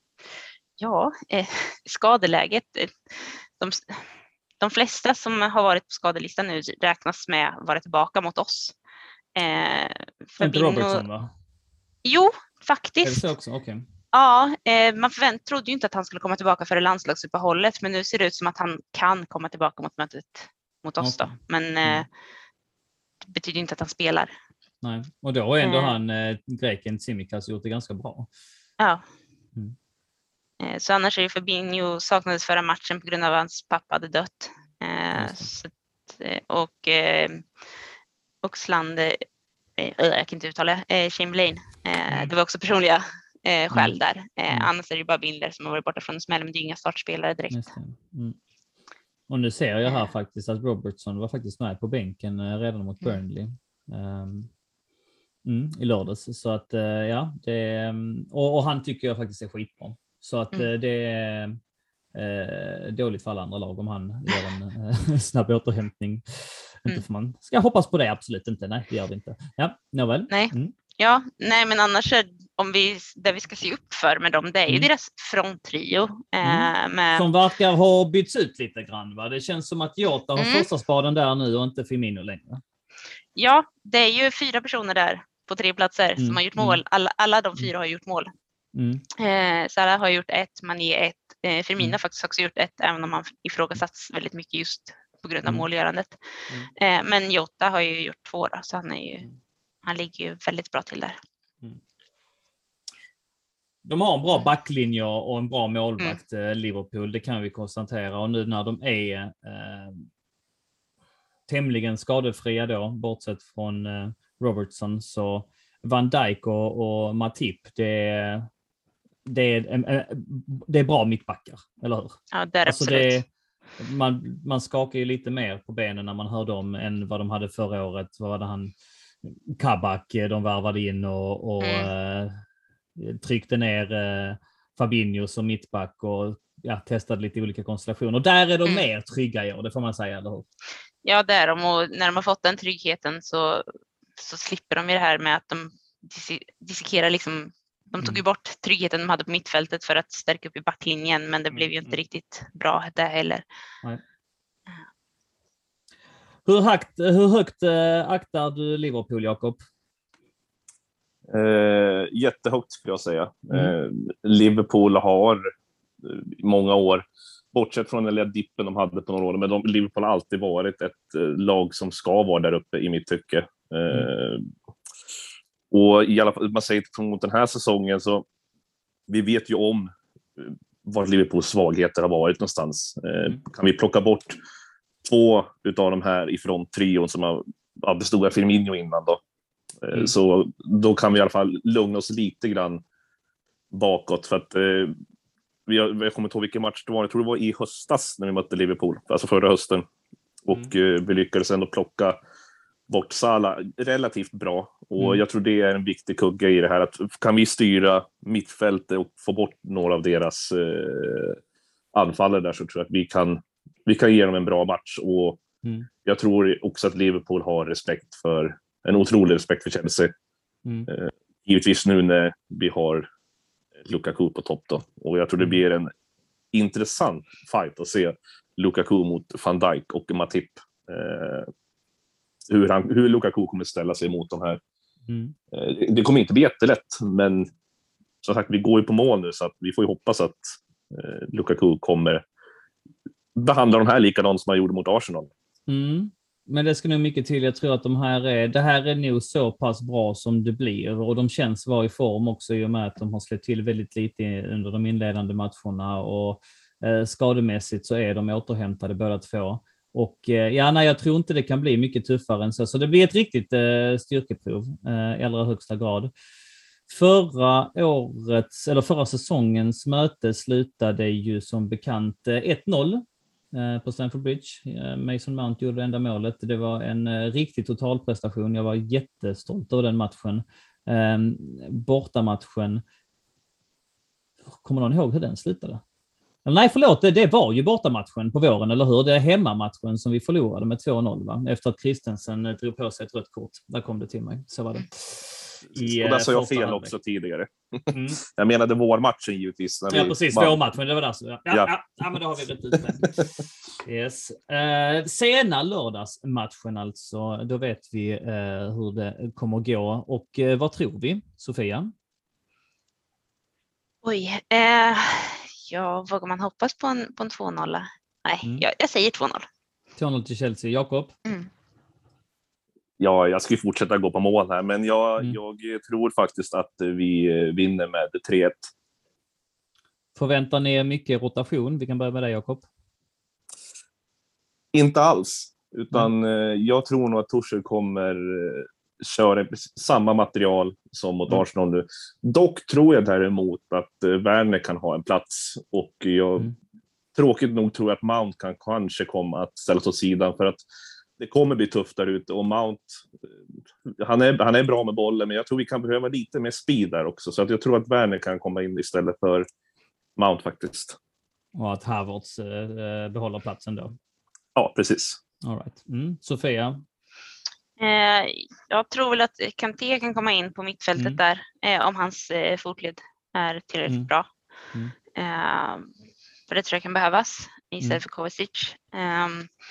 ja, eh, skadeläget. De, de flesta som har varit på skadelistan nu räknas med att vara tillbaka mot oss. Eh, Inte Robertson, va? Jo, faktiskt. Är det så också? Okay. Ja, eh, man förvänt, trodde ju inte att han skulle komma tillbaka för landslagsuppehållet, men nu ser det ut som att han kan komma tillbaka mot mötet mot oss okay. då. Men eh, mm. det betyder inte att han spelar. Nej, och då har ändå eh. han, eh, greken Tsimikas, gjort det ganska bra. Ja. Mm. Eh, så annars är det Fabinho saknades förra matchen på grund av att hans pappa hade dött. Eh, så, och eh, Oxland, eh, jag kan inte uttala, eh, Chamberlain. Eh, mm. Det var också personliga eh, skäl mm. där. Eh, mm. Annars är det bara Binder som har varit borta från en smäll, men det är inga startspelare direkt. Mm. Och nu ser jag här faktiskt att Robertson var faktiskt med på bänken eh, redan mot Burnley. Um, mm, i lördags. Så att eh, ja, det, och, och han tycker jag faktiskt är skitbra. Så att mm. det är eh, dåligt för alla andra lag om han gör en eh, snabb återhämtning. Mm. Inte för man ska hoppas på det, absolut inte. Nej, det gör vi inte. Ja, nåväl. Nej. Mm. Ja, nej, men annars är, om vi, det vi ska se upp för med dem, det är ju mm. deras fronttrio. Eh, mm. med... Som verkar ha bytts ut lite grann, va? Det känns som att Jota har mm. första spaden där nu och inte Firmino längre. Ja, det är ju fyra personer där på tre platser mm. som har gjort mål. Alla, alla de fyra har gjort mål. Mm. Eh, Salah har gjort ett, Mané ett. Eh, Firmino mm. har faktiskt också gjort ett, även om han ifrågasatts väldigt mycket just på grund av mm. målgörandet. Mm. Eh, men Jota har ju gjort två då, så han, är ju, mm. han ligger ju väldigt bra till där. Mm. De har en bra backlinje och en bra målvakt, mm. Liverpool, det kan vi konstatera. Och nu när de är eh, tämligen skadefria då, bortsett från eh, Robertson, så Van Dijk och, och Matip, det, det, är, det är bra mittbackar, eller hur? Ja, det är alltså absolut. Det, man, man skakar ju lite mer på benen när man hör dem än vad de hade förra året. Vad var det han, Kabak, de värvade in och, och mm. eh, tryckte ner eh, Fabinho som mittback och ja, testade lite olika konstellationer. Där är de mm. mer trygga i år, det får man säga, eller hur? Ja, det är de, och när de har fått den tryggheten så, så slipper de ju det här med att de dissekerar liksom. De tog ju bort tryggheten de hade på mittfältet för att stärka upp i backlinjen, men det blev ju inte riktigt bra det heller. Nej. Hur högt, hur högt äh, aktar du Liverpool, Jakob? Eh, jättehögt skulle jag säga. Mm. Eh, Liverpool har i många år bortsett från den lilla dippen de hade på några år, men de, Liverpool har alltid varit ett eh, lag som ska vara där uppe i mitt tycke. Eh, mm. Och i alla fall, man säger mot den här säsongen, så vi vet ju om var Liverpools svagheter har varit någonstans. Eh, mm. Kan vi plocka bort två utav de här ifrån trion som har, ja, bestod av Firmino innan då, eh, mm. så då kan vi i alla fall lugna oss lite grann bakåt, för att eh, vi har, jag kommer inte ihåg vilken match det var, jag tror det var i höstas när vi mötte Liverpool, alltså förra hösten, och mm. eh, vi lyckades ändå plocka bort Salah relativt bra, och mm. jag tror det är en viktig kugge i det här, att kan vi styra mittfältet och få bort några av deras eh, anfallare där, så tror jag att vi kan, vi kan ge dem en bra match, och mm. jag tror också att Liverpool har respekt för, en otrolig respekt för Chelsea. Mm. Eh, givetvis nu när vi har Lukaku på topp då, och jag tror det blir en intressant fight att se Lukaku mot Van Dijk och Matip. Eh, hur, han, hur Lukaku kommer ställa sig mot de här. Mm. Eh, det kommer inte bli jättelätt, men som sagt, vi går ju på mål nu, så att vi får ju hoppas att eh, Lukaku kommer behandla de här likadant som han gjorde mot Arsenal. Mm. Men det ska nog mycket till. Jag tror att de här är, det här är nog så pass bra som det blir, och de känns vara i form också, i och med att de har släppt till väldigt lite under de inledande matcherna, och eh, skademässigt så är de återhämtade båda två. Och eh, ja, nej, jag tror inte det kan bli mycket tuffare än så. Så det blir ett riktigt eh, styrkeprov eh, i allra högsta grad. Förra årets, eller förra säsongens möte slutade ju som bekant eh, ett noll. På Stamford Bridge. Mason Mount gjorde det enda målet. Det var en riktig totalprestation. Jag var jättestolt över den matchen. Bortamatchen. Kommer någon ihåg hur den slutade? Nej, förlåt. Det var ju bortamatchen på våren, eller hur? Det är hemmamatchen som vi förlorade med två noll, va? Efter att Christensen drog på sig ett rött kort. Där kom det till mig. Så var det. I, och där sa jag fel också tidigare. Mm. Jag menade vårmatchen givetvis. När ja, vi precis. Vårmatchen, det var där. Så. Ja, ja. Ja, ja, men då har vi rätt ut det. Yes. Uh, sena lördagsmatchen alltså. Då vet vi uh, hur det kommer gå. Och uh, vad tror vi, Sofia? Oj. Uh, ja, vågar man hoppas på en, på en två noll? Nej, mm. jag, jag säger två noll. två noll till Chelsea. Jakob? Mm. Ja, jag ska ju fortsätta gå på mål här, men jag, mm. jag tror faktiskt att vi vinner med tre ett. Förväntar ni mycket rotation? Vi kan börja med dig, Jakob. Inte alls, utan mm. jag tror nog att Tuchel kommer köra samma material som mot mm. Arsenal nu. Dock tror jag däremot att Werner kan ha en plats, och jag mm. tråkigt nog tror jag att Mount kan kanske komma att ställas åt sidan, för att det kommer bli tufft där ute, och Mount, han är, han är bra med bollen, men jag tror vi kan behöva lite mer speed där också, så att jag tror att Werner kan komma in istället för Mount faktiskt. Och att Havertz eh, behåller platsen då? Ja, precis. All right. Mm. Sofia? Eh, jag tror väl att Kanté kan komma in på mittfältet mm. där, eh, om hans eh, fotled är tillräckligt mm. bra. Mm. Eh, för det tror jag kan behövas istället mm. för Kovacic. Eh,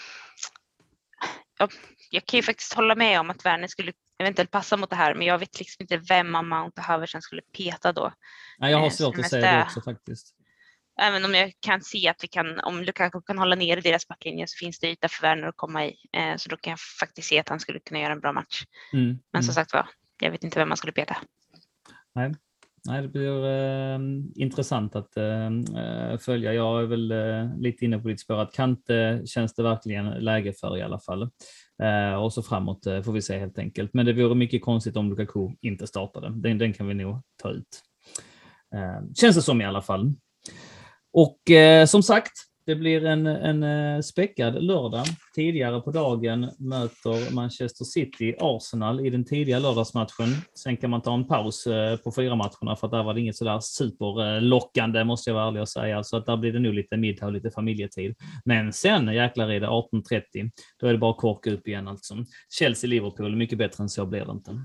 Jag, jag kan ju faktiskt hålla med om att Werner skulle eventuellt passa mot det här, men jag vet liksom inte vem av Mount och Havertz skulle peta då. Nej, jag har svårt att säga det också faktiskt. Även om jag kan se att vi kan, om Lukaku kan hålla ner deras backlinje, så finns det yta för Werner att komma i. Eh, så då kan jag faktiskt se att han skulle kunna göra en bra match. Mm. Men som mm. sagt var, jag vet inte vem man skulle peta. Nej. Nej, det blir eh, intressant att eh, följa. Jag är väl eh, lite inne på ditt spår att Kanté känns det verkligen läge för i alla fall. Eh, och så framåt eh, får vi se helt enkelt. Men det vore mycket konstigt om Lukaku inte startade. Den, den kan vi nog ta ut. Eh, känns det som i alla fall. Och eh, som sagt, det blir en, en späckad lördag. Tidigare på dagen möter Manchester City Arsenal i den tidiga lördagsmatchen. Sen kan man ta en paus på fyra matcherna, för att där var det inget sådär superlockande, måste jag vara ärlig och säga. Så att där blir det nog lite middag och lite familjetid. Men sen jäklar är det arton trettio. Då är det bara korka upp igen alltså. Chelsea-Liverpool, mycket bättre än så blir det inte.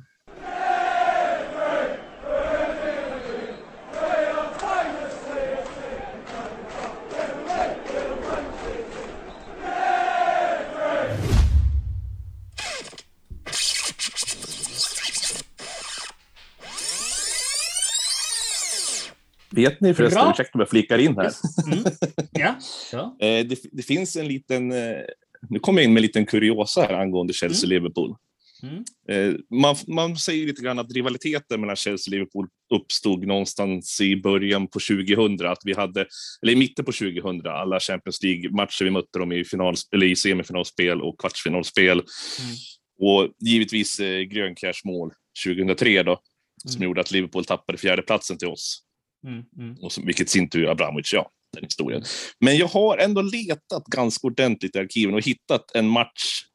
Vet ni förresten, ursäkta om jag flikar in här. Mm. Ja, så. det, det finns en liten, nu kommer jag in med en liten kuriosa här angående Chelsea-Liverpool. Mm. Man, man säger lite grann att rivaliteten mellan Chelsea och Liverpool uppstod någonstans i början på tjugohundra, att vi hade, eller i mitten på tjugohundra, alla Champions League-matcher vi mötte dem i, final, eller i semifinalspel och kvartsfinalspel. Mm. Och givetvis eh, Grönkjärs mål tjugohundratre då, mm. som gjorde att Liverpool tappade fjärdeplatsen till oss. Mm. Mm. Och som, vilket sin tur Abramovich, ja, den historien. Mm. Men jag har ändå letat ganska ordentligt i arkiven och hittat en match.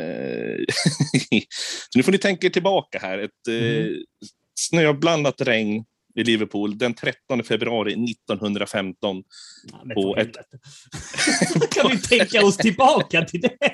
Så nu får ni tänka er tillbaka här. Ett mm. eh, snöblandat regn i Liverpool den trettonde februari nittonhundrafemton. Ja, på ett... kan vi tänka oss tillbaka till det?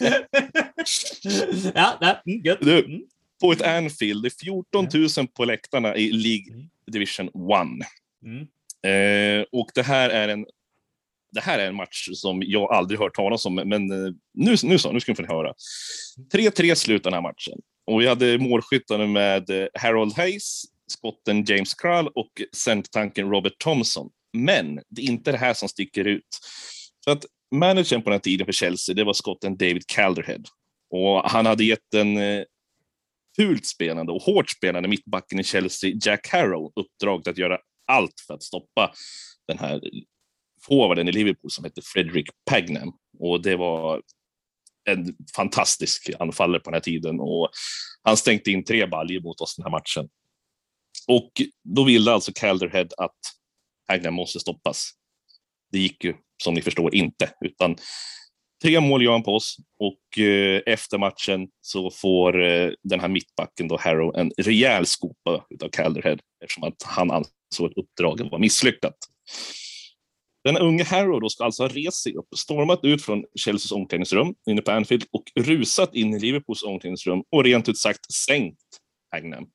Ja, nej, good. Du, på ett Anfield, det är fjorton tusen på läktarna i League Division one. Mm. Eh, och det här är en Det här är en match som jag aldrig hört talas om, men nu, nu så, nu ska vi få höra. tre tre slutar den här matchen. Och vi hade målskyttarna med Harold Hayes, skotten James Krall och centertanken Robert Thompson. Men det är inte det här som sticker ut. För att managern på den tiden för Chelsea, det var skotten David Calderhead. Och han hade gett en eh, fult spelande och hårt spelande mittbacken i Chelsea, Jack Harrow, uppdraget att göra allt för att stoppa den här forwarden i Liverpool som heter Frederick Pagnam. Och det var en fantastisk anfallare på den här tiden. Och han stängde in tre baljor mot oss den här matchen. Och då ville alltså Calderhead att Pagnam måste stoppas. Det gick ju, som ni förstår, inte. Utan tre mål gör han på oss. Och eh, efter matchen så får eh, den här mittbacken då, Harrow, en rejäl skopa utav Calderhead. Eftersom att han ansåg att uppdraget var misslyckat. Den unge Harrow då ska alltså ha rest sig upp, stormat ut från Chelseas omklädningsrum inne på Anfield och rusat in i Liverpools omklädningsrum och rent ut sagt sänkt Pagnam.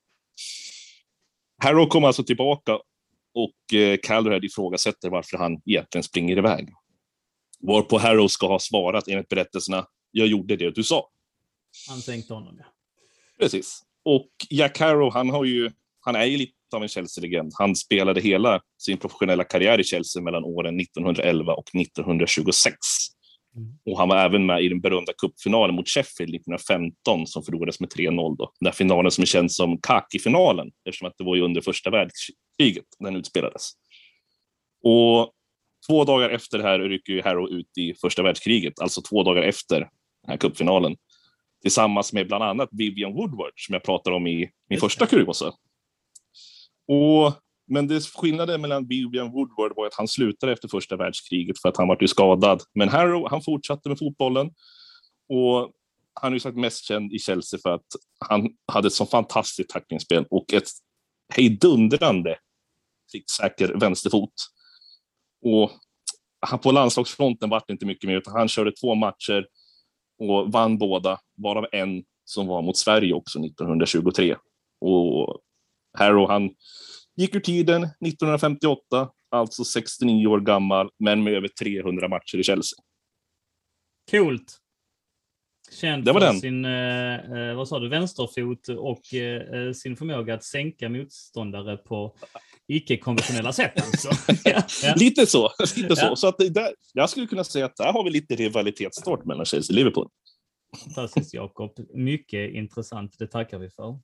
Harrow kommer alltså tillbaka och eh, Calderhead ifrågasätter varför han egentligen springer iväg. Varpå Harrow ska ha svarat enligt berättelserna: jag gjorde det du sa. Han sänkte honom, ja. Precis. Och Jack Harrow, han har ju han är ju lite av en Chelsea-legend. Han spelade hela sin professionella karriär i Chelsea mellan åren nittonhundraelva och nittonhundratjugosex. Mm. Och han var även med i den berömda cupfinalen mot Sheffield nittonhundrafemton som förlorades med tre noll då. Den finalen som är känd som Kaki-finalen, eftersom att det var ju under första världskriget den utspelades. Och två dagar efter det här rycker ju Harrow ut i första världskriget, alltså två dagar efter den här cupfinalen. Tillsammans med bland annat Vivian Woodward som jag pratade om i min första kuriosa. Och, men det skillnaden mellan Vivian Woodward var att han slutade efter första världskriget för att han var ju skadad. Men Harrow, han fortsatte med fotbollen. Och han är ju sagt mest känd i Chelsea för att han hade ett så fantastiskt tacklingsspel och ett hejdundrande säker vänsterfot. Och han på landslagsfronten var det inte mycket mer, utan han körde två matcher och vann båda, varav en som var mot Sverige också nittonhundratjugotre. Och Harrow, han gick ur tiden nittonhundrafemtioåtta, alltså sextionio år gammal, men med över trehundra matcher i Chelsea. Coolt. Känd det var för den. sin eh, vad sa du, vänsterfot och eh, sin förmåga att sänka motståndare på icke-konventionella sätt. Alltså. ja, ja. Lite så. Lite ja. så. så att där, jag skulle kunna säga att där har vi lite rivalitetsstart mellan Chelsea och Liverpool. Fantastiskt, Jakob. Mycket intressant. Det tackar vi för.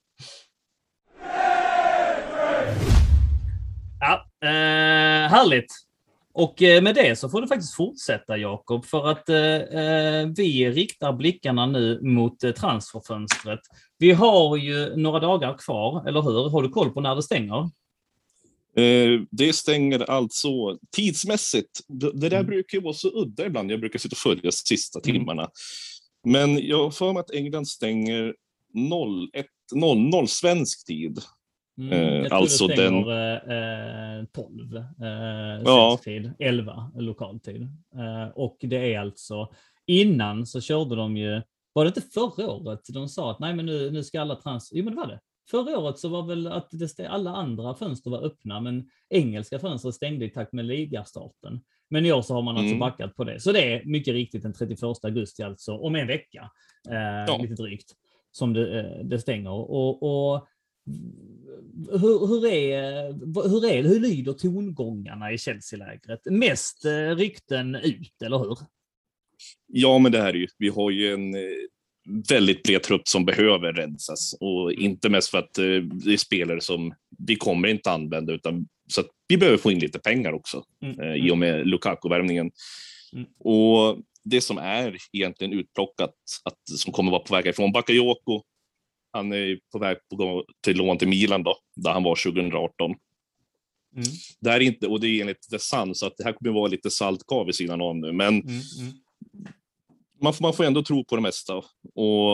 Ja, eh, härligt. Och med det så får du faktiskt fortsätta, Jakob, för att eh, vi riktar blickarna nu mot eh, transferfönstret. Vi har ju några dagar kvar, eller hur? Har du koll på när det stänger? Eh, det stänger alltså tidsmässigt. Det, det där mm. brukar ju vara så udda ibland. Jag brukar sitta och följa sista mm. timmarna. Men jag har för mig att England stänger noll ett noll noll svensk tid. Mm, jag tror alltså det stänger den... eh, tolv eh, ja. svensk tid, elva lokaltid. Eh, och det är alltså, innan så körde de ju, var det inte förra året de sa att nej men nu, nu ska alla trans, jo men det var det. Förra året så var väl att det stäng, alla andra fönster var öppna, men engelska fönster stängde i takt med ligastarten. Men i år så har man alltså mm. backat på det. Så det är mycket riktigt den trettioförsta augusti, alltså om en vecka, eh, ja. lite drygt, som det, det stänger. Och, och hur, hur, är, hur, är, hur lyder tongångarna i Chelsea-lägret? Mest rykten ut, eller hur? Ja, men det här är ju, vi har ju en väldigt bred trupp som behöver rensas, och inte mest för att det är spelare som vi kommer inte använda, utan så att vi behöver få in lite pengar också mm. eh, i och med Lukaku-värvningen. Mm. Och det som är egentligen utplockat, att, som kommer vara på väg ifrån Bakayoko, han är på väg på till lån till Milan då, där han var tjugo arton. Mm. Det är inte, och det är enligt The Sun, så att det här kommer vara lite saltkav vid sidan om nu, men mm. Mm. Man, får, man får ändå tro på det mesta. Och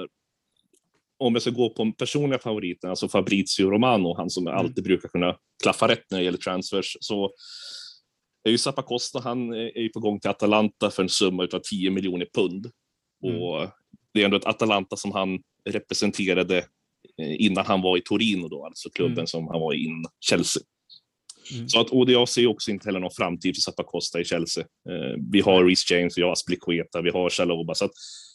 om jag ska gå på personliga favoriten, alltså Fabrizio Romano, han som mm. alltid brukar kunna klaffa rätt när det gäller transfers, så är ju Zappacosta, han är ju på gång till Atalanta för en summa utav tio miljoner pund. Mm. Och det är ändå ett Atalanta som han representerade innan han var i Torino då, alltså klubben mm. som han var i in Chelsea. Mm. Så att, och jag ser också inte heller någon framtid för Zappacosta i Chelsea. Eh, vi har Reece James, vi har Aspilicueta, vi har Chalobah, så att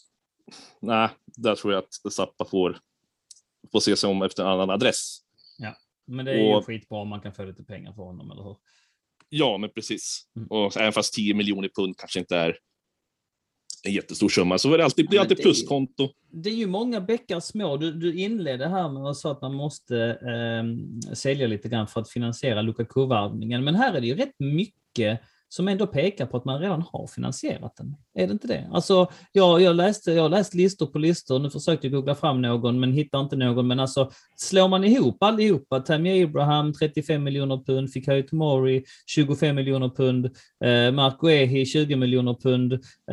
nej, där tror jag att Zappa får, får se sig om efter en annan adress. Ja, men det är och, ju skitbra om man kan få lite pengar för honom, eller hur? Ja, men precis. Mm. Och även fast tio miljoner pund kanske inte är en jättestor summa, så är det alltid, det är alltid pluskonto. Det är ju många bäckar små. Du, du inledde här med att säga att man måste eh, sälja lite grann för att finansiera Lukaku-värvningen. Men här är det ju rätt mycket som ändå pekar på att man redan har finansierat den. Är det inte det? Alltså, jag, jag, läste, jag har läst listor på listor. Nu försökte jag googla fram någon, men hittar inte någon. Men alltså, slår man ihop allihopa, Tammy Abraham, trettiofem miljoner pund, Fikayo Tomori, tjugofem miljoner pund, eh, Marco Ehi, tjugo miljoner pund,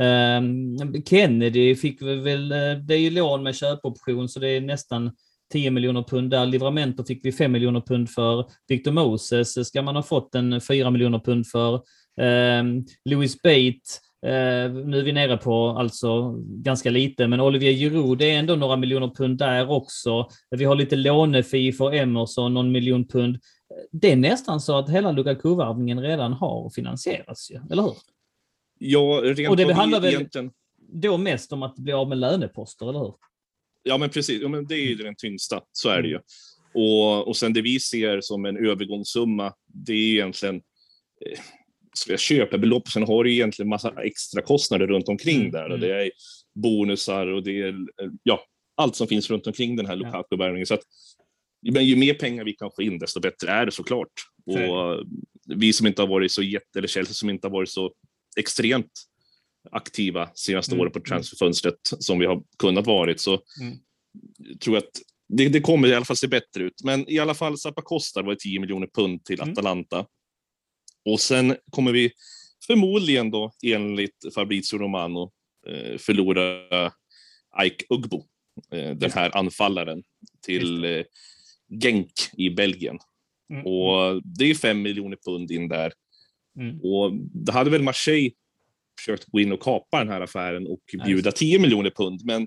eh, Kennedy fick väl, det är ju lån med köpoption, så det är nästan tio miljoner pund där. Livramento fick vi fem miljoner pund för. Victor Moses ska man ha fått en fyra miljoner pund för. Um, Louis Bate, uh, nu är vi nere på alltså ganska lite, men Olivier Giroud, det är ändå några miljoner pund där också. Vi har lite lånefi för Emerson, någon miljon pund. Det är nästan så att hela Lukaku-värvningen redan har finansierats ju, eller hur? Ja, rent och det handlar väl egentligen då mest om att bli av med löneposter, eller hur? Ja, men precis. Ja, men det är ju den tyngsta, så är det ju. Och, och sen det vi ser som en övergångssumma, det är egentligen eh, så jag köper belopp, sen har du egentligen massa extra kostnader runt omkring mm. där, och det är bonusar och det är ja, allt som finns runt omkring den här Lukaku-värvningen. Så att men ju mer pengar vi kan få in, desto bättre är det såklart. Och så. Vi som inte har varit så jätte, eller Chelsea som inte har varit så extremt aktiva senaste mm. året på transferfönstret som vi har kunnat varit, så mm. tror jag att det, det kommer i alla fall se bättre ut. Men i alla fall Zappacosta var tio miljoner pund till Atalanta. Mm. Och sen kommer vi förmodligen då enligt Fabrizio Romano eh, förlora Ike Ugbo, eh, den här anfallaren till eh, Genk i Belgien. Mm. Och det är fem miljoner pund in där. Mm. Och det hade väl Marseille försökt gå in och kapa den här affären och bjuda tio miljoner pund, men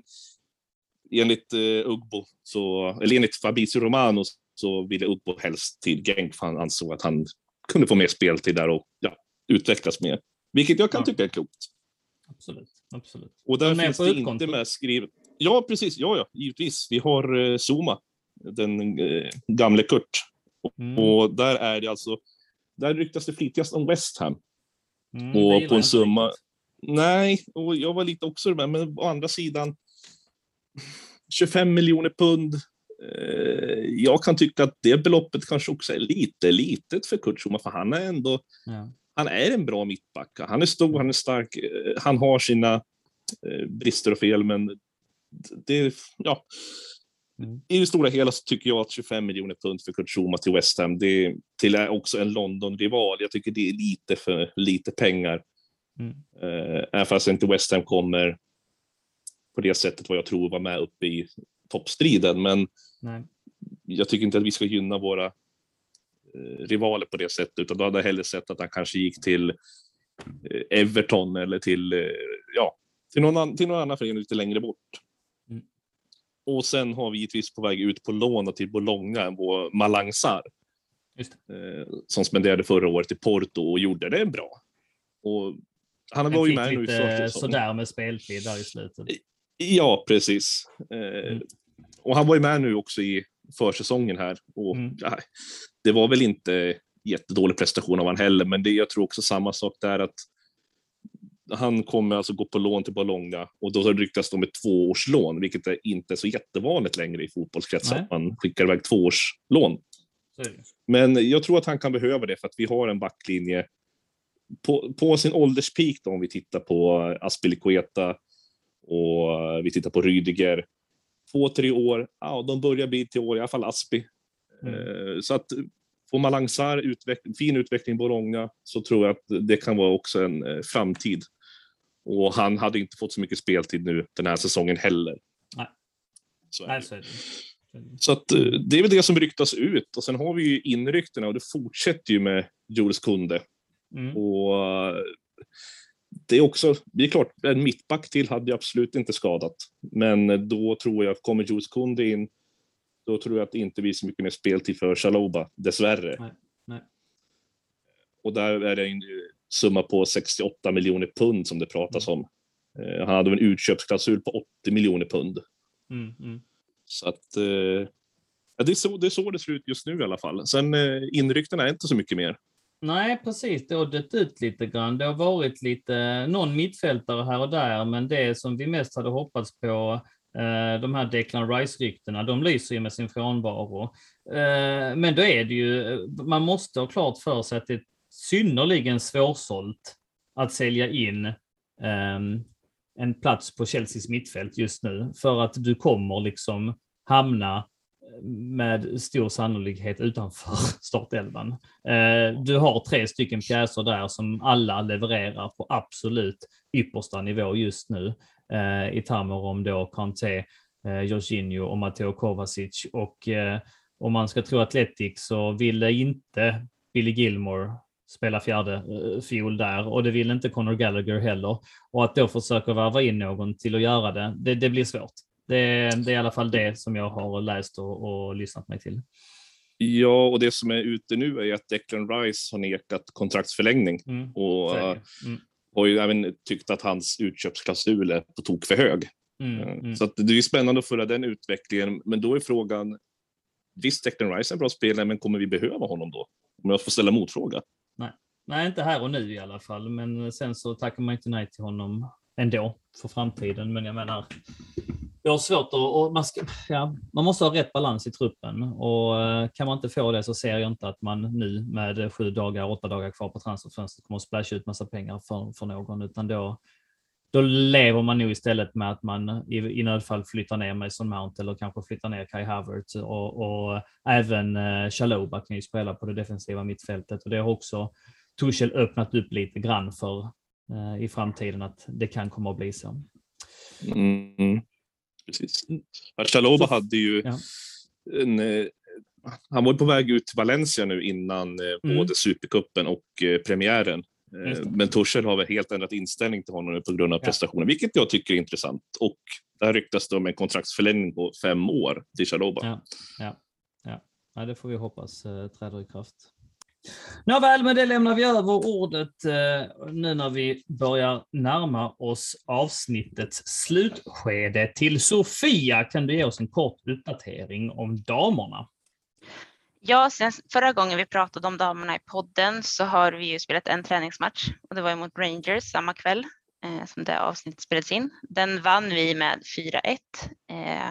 enligt uh, Ugbo så, eller enligt Fabrizio Romano så ville Ugbo helst till Genk, för han ansåg att han kunde få mer speltid där och ja, utvecklas mer, vilket jag kan ja. tycka är klokt. Absolut, absolut. Och där finns det inte med skrivet. Ja, precis, ja, ja, givetvis. Vi har uh, Zuma, den uh, gamle Kurt. Mm. Och där är det alltså, där ryktas det flitigast om West Ham. Mm, och på en summa riktigt. Nej, och jag var lite också med, men å andra sidan tjugofem miljoner pund, eh, jag kan tycka att det beloppet kanske också är lite litet för Kurt Zouma, för han är ändå ja. han är en bra mittback, han är stor, han är stark, han har sina eh, brister och fel, men det, ja mm. i det stora hela så tycker jag att tjugofem miljoner pund för Kurt Zouma till West Ham, det till också en London-rival, jag tycker det är lite för lite pengar. Mm. Uh, även fast inte West Ham kommer på det sättet vad jag tror var med uppe i toppstriden, men nej. Jag tycker inte att vi ska gynna våra uh, rivaler på det sättet, utan då hade jag hellre sett att han kanske gick till uh, Everton eller till, uh, ja, till, någon an- till någon annan förening lite längre bort. Mm. Och sen har vi givetvis på väg ut på lån till Bologna vår Malang Sarr, uh, som spenderade förra året i Porto och gjorde det bra. Och han var ju med nu lite sådär med speltid där i slutet. Ja, precis. Eh, mm. Och han var ju med nu också i försäsongen här. Och, Mm. ja, det var väl inte jättedålig prestation av han heller, men det, jag tror också samma sak där att han kommer alltså gå på lån till Bologna och då ryktas de med tvåårslån, vilket är inte är så jättevanligt längre i fotbollskretsar att man skickar iväg tvåårslån. Men jag tror att han kan behöva det för att vi har en backlinje på, på sin ålderspeak då, om vi tittar på Azpilicueta och vi tittar på Rüdiger. Två, tre år, ja, de börjar bli till år, i alla fall Aspi. Mm. Så att får Malangsar utveckling, fin utveckling i Bologna så tror jag att det kan vara också en eh, framtid. Och han hade inte fått så mycket speltid nu den här säsongen heller. Nej. Så, Nej, så, är det. så att eh, det är väl det som ryktas ut. Och sen har vi ju inryktena och det fortsätter ju med Jules Kunde. Mm. Och uh, det är också, det är klart, en mittback till hade jag absolut inte skadat. Men då tror jag, kommer Jules Kunde in, då tror jag att det inte blir så mycket mer speltid för Chalobah, dessvärre. Nej, nej. Och där är det en summa på sextioåtta miljoner pund som det pratas om. Eh, han hade en utköpsklausul på åttio miljoner pund. Mm, mm. Så att eh, ja, det, är så, det är så det ser ut just nu i alla fall. Sen eh, inryktena är inte så mycket mer. Nej, precis. Det har dött ut lite grann. Det har varit lite någon mittfältare här och där, men det som vi mest hade hoppats på, de här Declan Rice-ryktena, de lyser ju med sin frånvaro. Men då är det ju, man måste ha klart för sig att det är synnerligen svårsålt att sälja in en plats på Chelseas mittfält just nu, för att du kommer liksom hamna med stor sannolikhet utanför startelvan. Du har tre stycken pjäser där som alla levererar på absolut yppersta nivå just nu. I termer om då Kanté, eh, Jorginho och Mateo Kovacic. Och eh, om man ska tro Athletic så ville inte Billy Gilmore spela fjärde eh, fiol där, och det vill inte Conor Gallagher heller. Och att då försöka värva in någon till att göra det, det, det blir svårt. Det, det är i alla fall det som jag har läst och, och lyssnat mig till. Ja, och det som är ute nu är att Declan Rice har nekat kontraktsförlängning. Mm. Och mm. har ju även tyckt att hans utköpsklausul är på tok för hög. Mm, mm. Så att det är spännande att följa den utvecklingen. Men då är frågan, visst Declan Rice är en bra spelare, men kommer vi behöva honom då? Om jag får ställa motfråga. Nej. Nej, inte här och nu i alla fall. Men sen så tackar man inte nej till honom ändå för framtiden. Men jag menar, jag har svårt att... Och man, ska, ja, man måste ha rätt balans i truppen. Och kan man inte få det så ser jag inte att man nu med sju dagar, åtta dagar kvar på transferfönstret kommer att splasha ut massa pengar för, för någon. Utan då, då lever man nog istället med att man i, i nödfall flyttar ner Mason Mount eller kanske flyttar ner Kai Havertz. Och, och även uh, Chalobah kan ju spela på det defensiva mittfältet. Och det har också Tuchel öppnat upp lite grann för uh, i framtiden att det kan komma att bli så. Mm. Precis. Chalobah hade ju ja. en, eh, han var på väg ut till Valencia nu innan eh, mm. både Supercupen och eh, premiären. Eh, men Tuchel har väl helt ändrat inställning till honom på grund av ja. prestationen, vilket jag tycker är intressant. Och där ryktas det om en kontraktsförlängning på fem år till Chalobah. Ja, ja, ja. ja det får vi hoppas eh, träder i kraft. Nåväl, men det lämnar vi över ordet eh, nu när vi börjar närma oss avsnittets slutskede. Till Sofia, kan du ge oss en kort uppdatering om damerna? Ja, sen förra gången vi pratade om damerna i podden så har vi ju spelat en träningsmatch och det var mot Rangers samma kväll eh, som det avsnittet spelades in. Den vann vi med fyra ett eh,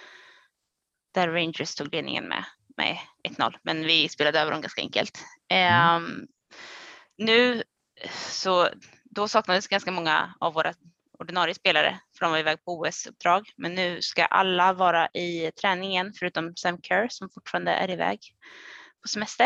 där Rangers tog ledningen med med ett noll, men vi spelade över dem ganska enkelt. Mm. Um, nu så då saknades ganska många av våra ordinarie spelare för de var iväg på O S-uppdrag, men nu ska alla vara i träningen förutom Sam Kerr som fortfarande är iväg på semester.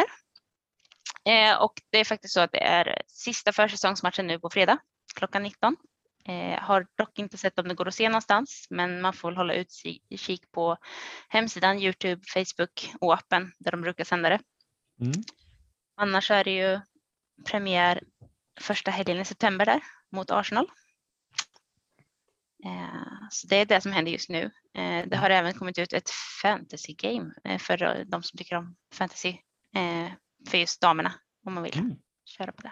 Uh, och det är faktiskt så att det är sista försäsongsmatchen nu på fredag klockan nitton. Eh, har dock inte sett om det går att se någonstans, men man får hålla utkik på hemsidan, YouTube, Facebook och appen där de brukar sända det. Mm. Annars är det ju premiär första helgen i september där mot Arsenal. Eh, så det är det som händer just nu. Eh, det har även kommit ut ett fantasy game eh, för de som tycker om fantasy eh, för just damerna om man vill mm. köra på det.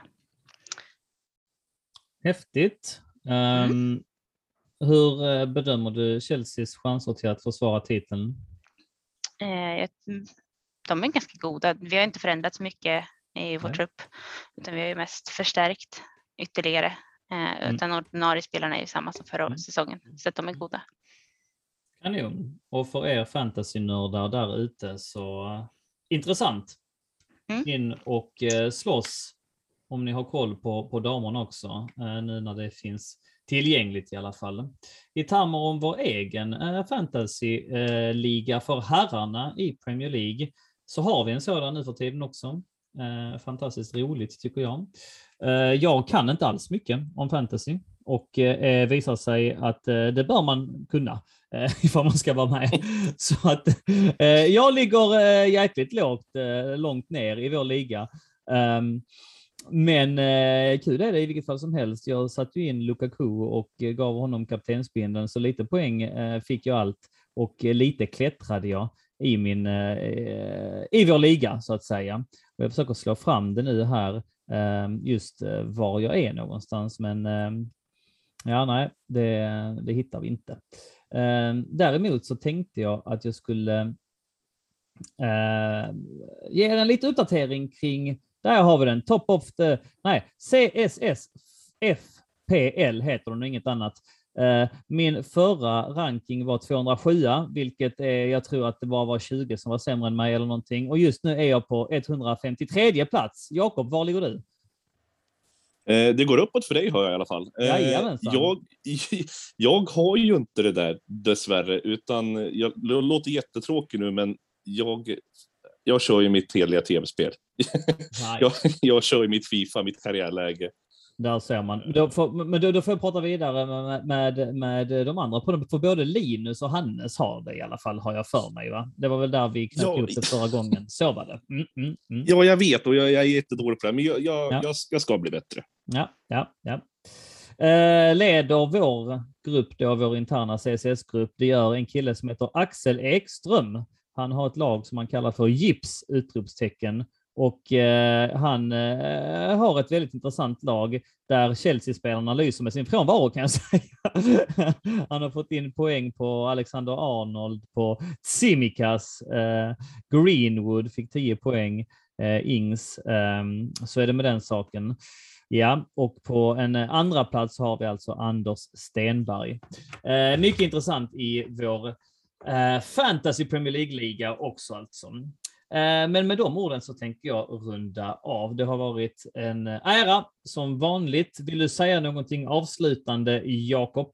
Häftigt. Mm. Um, hur bedömer du Chelseas chanser till att försvara titeln? Eh, de är ganska goda. Vi har inte förändrat så mycket i vår Nej. trupp, utan vi har ju mest förstärkt ytterligare. Eh, mm. Utan ordinarie spelarna är ju samma som förra mm. säsongen, så att de är goda. Kanon. Och för er fantasy-nördar där ute så uh, intressant. Mm. In och uh, slåss om ni har koll på, på damerna också, uh, nu när det finns tillgängligt i alla fall. I termer om vår egen uh, fantasy-liga uh, för herrarna i Premier League så har vi en sådan nu för tiden också. Uh, fantastiskt roligt tycker jag. Uh, jag kan inte alls mycket om fantasy och uh, visar sig att uh, det bör man kunna uh, ifall man ska vara med. Så att uh, jag ligger uh, jäkligt lågt, uh, långt ner i vår liga. Um, men uh, kul är det i vilket fall som helst. Jag satte ju in Lukaku och uh, gav honom kaptensbindeln, så lite poäng uh, fick jag allt och uh, lite klättrade jag i min uh, i vår liga så att säga. Och jag försöker slå fram det nu här uh, just uh, var jag är någonstans, men uh, ja nej, det, det hittar vi inte. Uh, däremot så tänkte jag att jag skulle uh, ge en lite uppdatering kring, där har vi den, Top of the, nej, C S S F P L heter den, inget annat. Min förra ranking var tvåhundrasju, vilket är, jag tror att det bara var tjugo som var sämre än mig eller någonting. Och just nu är jag på etthundrafemtiotre plats. Jakob, var ligger du? Det går uppåt för dig, hör jag i alla fall. Jajamensan. Jag, jag har ju inte det där dessvärre, utan jag det låter jättetråkigt nu, men jag, jag kör ju mitt heliga tv-spel. jag, jag kör ju mitt FIFA, mitt karriärläge. Där ser man. Då får, men då, då får jag prata vidare med, med, med de andra. För både Linus och Hannes har det i alla fall, har jag för mig. Va? Det var väl där vi knöt upp det förra gången. Så var det. Mm, mm, mm. Ja, jag vet och jag, jag är jättedålig på det. Men jag, jag, ja. jag, jag ska bli bättre. Ja, ja, ja. Eh, leder vår grupp då, vår interna C S S-grupp, det gör en kille som heter Axel Ekström. Han har ett lag som man kallar för Gips, utropstecken. Och eh, han eh, har ett väldigt intressant lag där Chelsea-spelarna lyser med sin frånvaro, kan jag säga. Han har fått in poäng på Alexander Arnold, på Tsimikas, eh, Greenwood fick tio poäng, eh, Ings, eh, så är det med den saken. Ja, och på en andra plats har vi alltså Anders Stenberg. Eh, mycket intressant i vår eh, Fantasy Premier League-liga också alltså. Men med de orden så tänker jag runda av. Det har varit en ära som vanligt. Vill du säga någonting avslutande, Jakob?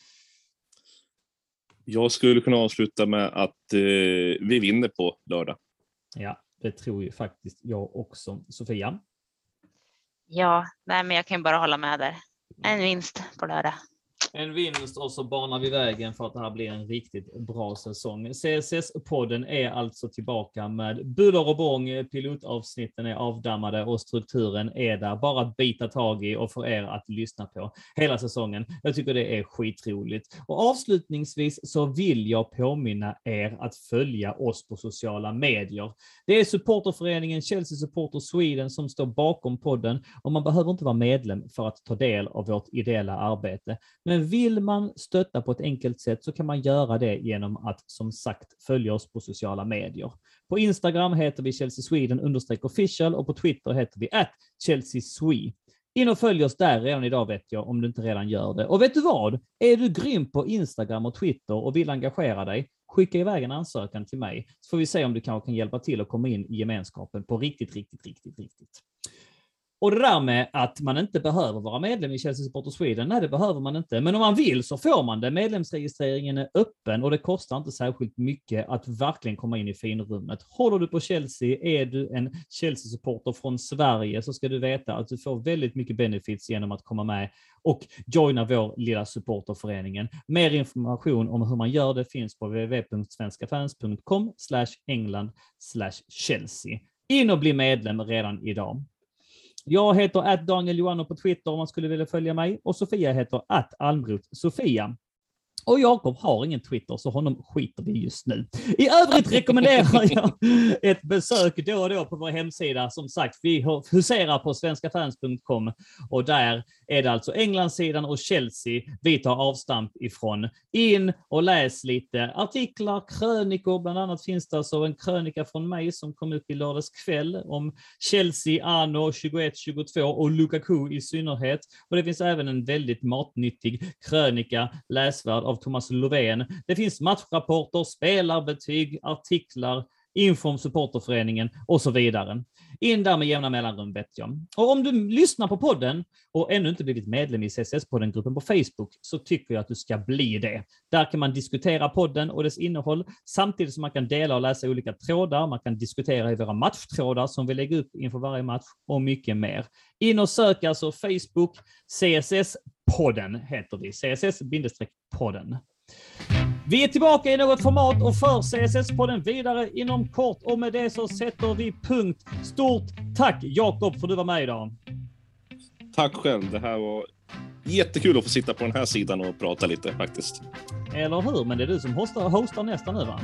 Jag skulle kunna avsluta med att eh, vi vinner på lördag. Ja, det tror ju faktiskt jag också. Sofia? Ja, nej, men jag kan bara hålla med där. En vinst på lördag. En vinst och så banar vi vägen för att det här blir en riktigt bra säsong. C S S-podden är alltså tillbaka med buller och bång. Pilotavsnitten är avdammade och strukturen är där. Bara bita tag i och för er att lyssna på hela säsongen. Jag tycker det är skitroligt. Och avslutningsvis så vill jag påminna er att följa oss på sociala medier. Det är supporterföreningen Chelsea Supporter Sweden som står bakom podden och man behöver inte vara medlem för att ta del av vårt ideella arbete. Men vill man stötta på ett enkelt sätt så kan man göra det genom att som sagt följa oss på sociala medier. På Instagram heter vi Chelsea Sweden understreck official och på Twitter heter vi at Chelsea Swe. In och följ oss där redan idag vet jag, om du inte redan gör det. Och vet du vad? Är du grym på Instagram och Twitter och vill engagera dig, skicka iväg en ansökan till mig så får vi se om du kanske kan hjälpa till att komma in i gemenskapen på riktigt, riktigt, riktigt, riktigt. Och det där med att man inte behöver vara medlem i Chelsea Supporter Sweden, nej det behöver man inte. Men om man vill så får man det. Medlemsregistreringen är öppen och det kostar inte särskilt mycket att verkligen komma in i finrummet. Håller du på Chelsea, är du en Chelsea-supporter från Sverige så ska du veta att du får väldigt mycket benefits genom att komma med och joina vår lilla supporterföreningen. Mer information om hur man gör det finns på w w w punkt svenskafans punkt com slash england slash chelsea. In och bli medlem redan idag. Jag heter att Daniel Johanno på Twitter om man skulle vilja följa mig och Sofia heter att Almroth Sofia. Och Jakob har ingen Twitter, så honom skiter vi just nu. I övrigt rekommenderar jag ett besök då och då på vår hemsida. Som sagt, vi huserar på svenska fans punkt com och där är det alltså Englandssidan och Chelsea vi tar avstamp ifrån. In och läs lite artiklar, krönikor, bland annat finns det alltså en krönika från mig som kom ut i lördags kväll om Chelsea anno tjugoett tjugotvå och Lukaku i synnerhet. Och det finns även en väldigt matnyttig krönika läsvärd av Thomas Lovén. Det finns matchrapporter, spelarbetyg, artiklar, info om supporterföreningen och så vidare. In där med jämna mellanrum vet jag. Och om du lyssnar på podden och ännu inte blivit medlem i C S S-podden-gruppen på Facebook så tycker jag att du ska bli det. Där kan man diskutera podden och dess innehåll samtidigt som man kan dela och läsa olika trådar. Man kan diskutera i våra matchtrådar som vi lägger upp inför varje match och mycket mer. In och sök alltså Facebook, C S S-podden heter vi. C S S-podden. Vi är tillbaka i något format och för C S S-podden vidare inom kort och med det så sätter vi punkt. Stort tack Jakob för att du var med idag. Tack själv, det här var jättekul att få sitta på den här sidan och prata lite faktiskt. Eller hur, men det är du som hostar, hostar nästan nu va?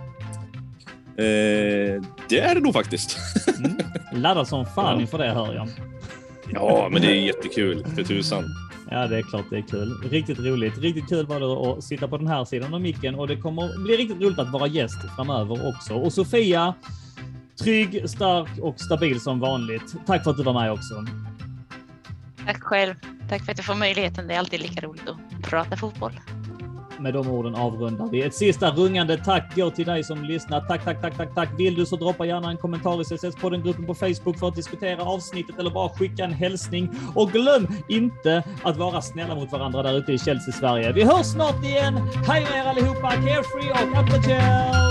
Eh, det är det nog faktiskt. Mm. Laddar som fan ja. Inför det hör jag. Ja, men det är jättekul för tusan. Ja, det är klart det är kul. Riktigt roligt. Riktigt kul var det att sitta på den här sidan av micken och det kommer bli riktigt roligt att vara gäst framöver också. Och Sofia, trygg, stark och stabil som vanligt. Tack för att du var med också. Tack själv. Tack för att du får möjligheten. Det är alltid lika roligt att prata fotboll. Med de orden avrundar vi. Ett sista rungande tack går till dig som lyssnar. Tack, tack, tack, tack, tack. Vill du så droppa gärna en kommentar i C S S-podden-gruppen på Facebook för att diskutera avsnittet eller bara skicka en hälsning. Och glöm inte att vara snälla mot varandra där ute i Chelsea, Sverige. Vi hörs snart igen. Hej med er allihopa. Carefree och up the gel.